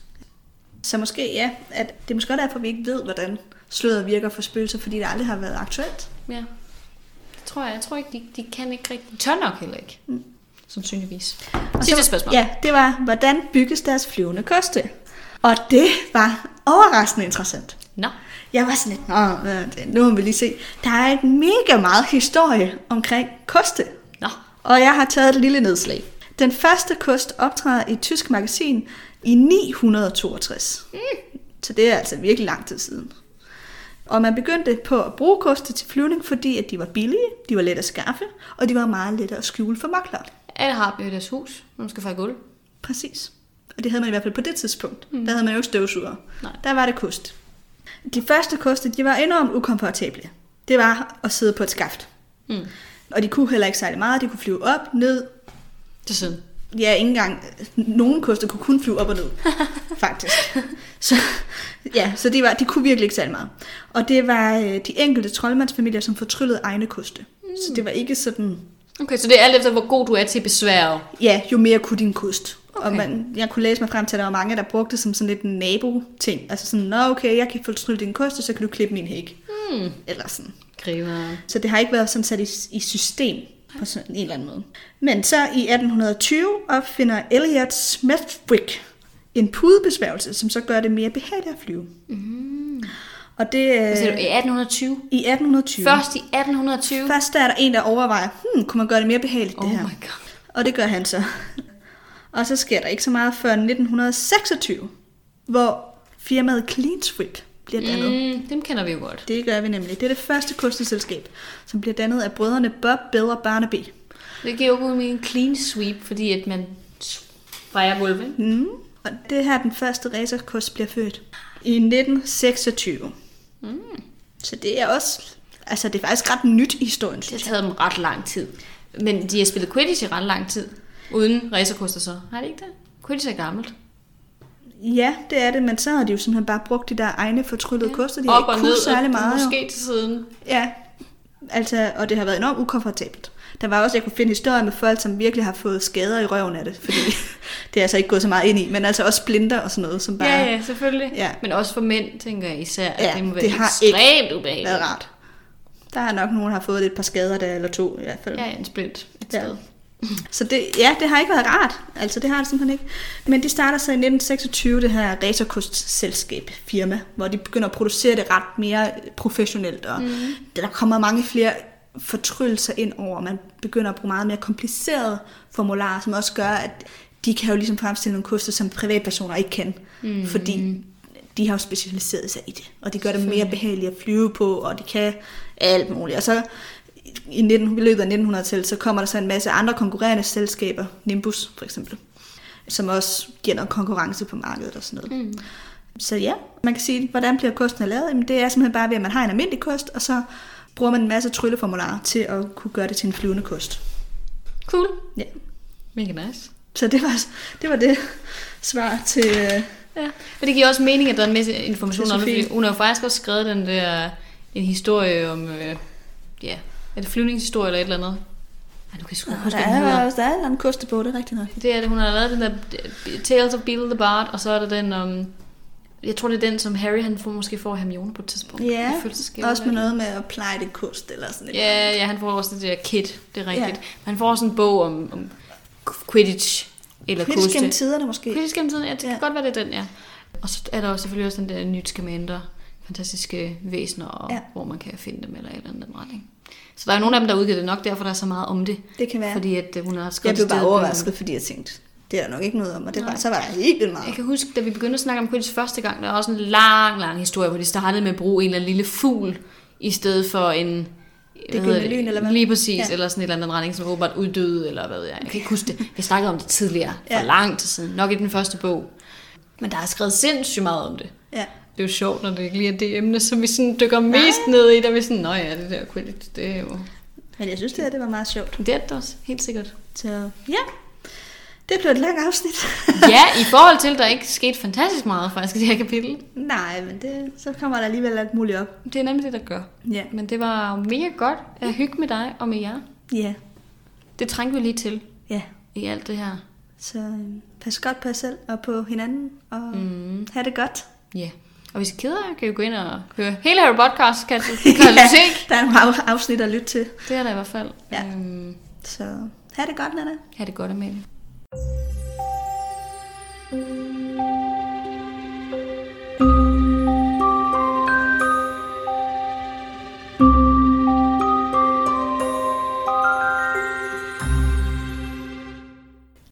Så måske, ja, at det er måske derfor, vi ikke ved, hvordan sløret virker for spøgelser, fordi det aldrig har været aktuelt. Ja. Tror jeg. Jeg tror ikke, de, de kan ikke rigtig. De tør nok heller ikke. Mm. Sandsynligvis. Sidste spørgsmål. Ja, det var, hvordan bygges deres flyvende koste? Og det var overraskende interessant. Nå. Jeg var sådan lidt, nå, nu må vi lige se. Der er et mega meget historie omkring koste. Nå. Og jeg har taget et lille nedslag. Den første kost optræder i et tysk magasin i ni hundrede toogtres. Mm. Så det er altså virkelig lang tid siden. Og man begyndte på at bruge koste til flyvning, fordi at de var billige, de var lette at skaffe, og de var meget lette at skjule for makler. Alle har jo i deres hus, når man skal få gulv. Præcis. Og det havde man i hvert fald på det tidspunkt. Mm. Der havde man jo ikke støvsuger. Nej. Der var det kost. De første koste, de var enormt ukomfortable. Det var at sidde på et skaft. Mm. Og de kunne heller ikke særlig meget. De kunne flyve op, ned. Til siden. Ja, ikke engang. Nogle koster kunne kun flyve op og ned, faktisk. Så, ja, så de, var, de kunne virkelig ikke særlig meget. Og det var de enkelte troldmandsfamilier, som fortryllede egne koste. Mm. Så det var ikke sådan... Okay, så det er alt efter, hvor god du er til besværet. Ja, jo mere kunne din kost. Okay. Og man, jeg kunne læse mig frem til, at der var mange, der brugte det som sådan lidt en nabo-ting. Altså sådan, nå okay, jeg kan fortrylle din kost, og så kan du klippe min hæk. Mm. Eller sådan. Griner. Så det har ikke været sådan sat i, i system på sådan en eller anden måde. Men så i atten tyve opfinder Elliot Smethwick en pudebesværgelse, som så gør det mere behageligt at flyve. Mm. Og det, hvad siger du, i atten tyve? I atten tyve. Først i atten tyve? Først der er der en, der overvejer, hmm, kunne man gøre det mere behageligt oh det her? My God. Og det gør han så. Og så sker der ikke så meget før nitten seksogtyve, hvor firmaet Cleansweep bliver dannet. Mm, dem kender vi jo godt. Det gør vi nemlig. Det er det første kosteselskab, som bliver dannet af brødrene Bob, Bill og Barnaby. Det giver jo god med en clean sweep, fordi at man fejrer gulvet. Mm. Og det her den første racerkost bliver født i nitten seksogtyve. Mm. Så det er også, altså det er faktisk ret nyt i historien. Det har taget dem ret lang tid. Men de har spillet Quidditch i ret lang tid, uden racerkoster så. Har det ikke det? Quidditch er gammelt. Ja, det er det, men så har de jo simpelthen bare brugt de der egne fortryllede ja. koster. De op har ikke kunnet særlig meget. Måske jo. Til siden. Ja, altså, og det har været enormt ukomfortabelt. Der var også, jeg kunne finde historier med folk, som virkelig har fået skader i røven af det, fordi det er altså ikke gået så meget ind i, men altså også splinter og sådan noget. Som bare, ja, ja, selvfølgelig. Ja. Men også for mænd, tænker jeg især, at ja, det må være det har ekstremt ubehageligt. Været rart. Der er nok nogen, der har fået et par skader der, eller to i hvert fald. Ja, en splint et ja. sted. Så det, ja, det har ikke været rart. Altså, det har det simpelthen ikke. Men de starter så i nitten seksogtyve, det her racerkostselskab firma, hvor de begynder at producere det ret mere professionelt, og mm. der kommer mange flere fortryllelser ind over. Man begynder at bruge meget mere komplicerede formularer, som også gør, at de kan jo ligesom fremstille nogle koster, som privatpersoner ikke kan, mm. fordi de har jo specialiseret sig i det, og de gør det mere behageligt at flyve på, og de kan alt muligt. Og så i, nitten, i løbet af nittenhundredetallet, så kommer der så en masse andre konkurrerende selskaber, Nimbus for eksempel, som også giver noget konkurrence på markedet og sådan noget. Mm. Så ja, man kan sige, hvordan bliver kosten lavet? Jamen, det er simpelthen bare ved, at man har en almindelig kost, og så bruger man en masse trylleformularer til at kunne gøre det til en flyvende kost. Cool. Ja. Mega nice. Så det var det, var det svar til... Ja, men det giver også mening, at der er en masse information om det, fordi hun har jo faktisk også skrevet den der, en historie om, øh, ja, er det flyvningshistorie eller et eller andet? Ej, du kan sgu huske, der, er, der er en kostebog, det er rigtigt nok. Det er det, hun har lavet den der Tales of Beetle the Bard, og så er der den om, um, jeg tror det er den, som Harry han får, måske får Hermione på et tidspunkt. Ja, også med noget med at pleje det kost eller sådan noget. Ja, ja, han får også det der kit, det er rigtigt. Ja. Han får også en bog om, om Quidditch. Eller Quidditch gennem tiderne måske. Quidditch gennem tiderne, ja, det ja. kan godt være det den, ja. Og så er der også selvfølgelig også den der Newt Scamander, fantastiske væsener, og ja. hvor man kan finde dem eller et eller andet retning. Så der er nogle af dem, der udgiver det nok, derfor der er så meget om det. Det kan være. Fordi at hun har skrevet. Jeg blev bare overrasket, fordi jeg tænkte, det er der nok ikke noget om, og det var, så var der helt vildt meget. Jeg kan huske, da vi begyndte at snakke om Quidditch første gang, der var også en lang, lang historie, hvor de startede med at bruge en eller anden lille fugl, i stedet for en... Det er lyn, eller hvad? Lige præcis, ja. Eller sådan et eller andet retning, som åbenbart uddøde, eller hvad ved jeg. Jeg kan ikke huske det. Vi snakkede om det tidligere, for ja. lang tid siden. Nok i den første bog. Men der er skrevet sindssygt meget om det. Ja. Det er jo sjovt, når det ikke lige er det emne, som vi sådan dykker mest Nej. ned i, der vi sådan, nå ja, det der Quidditch, det er jo... Men jeg synes, det, her, det var meget sjovt. Det er det også, helt sikkert. Så ja, det blev et langt afsnit. Ja, i forhold til, der ikke skete fantastisk meget faktisk i det her kapitel. Nej, men det, så kommer der alligevel alt muligt op. Det er nemlig det, der gør. Ja. Men det var mega godt at hygge med dig og med jer. Ja. Det trængte vi lige til. Ja. I alt det her. Så pas godt på jer selv og på hinanden, og mm. have det godt. Ja. Og hvis I keder jer, kan I gå ind og høre hele Harry Podcast, kan du ja, der er nogle afsnit at lytte til. Det er der i hvert fald. Ja. Øhm. Så have det godt, Nana. Ha' det godt, Amalie. thank you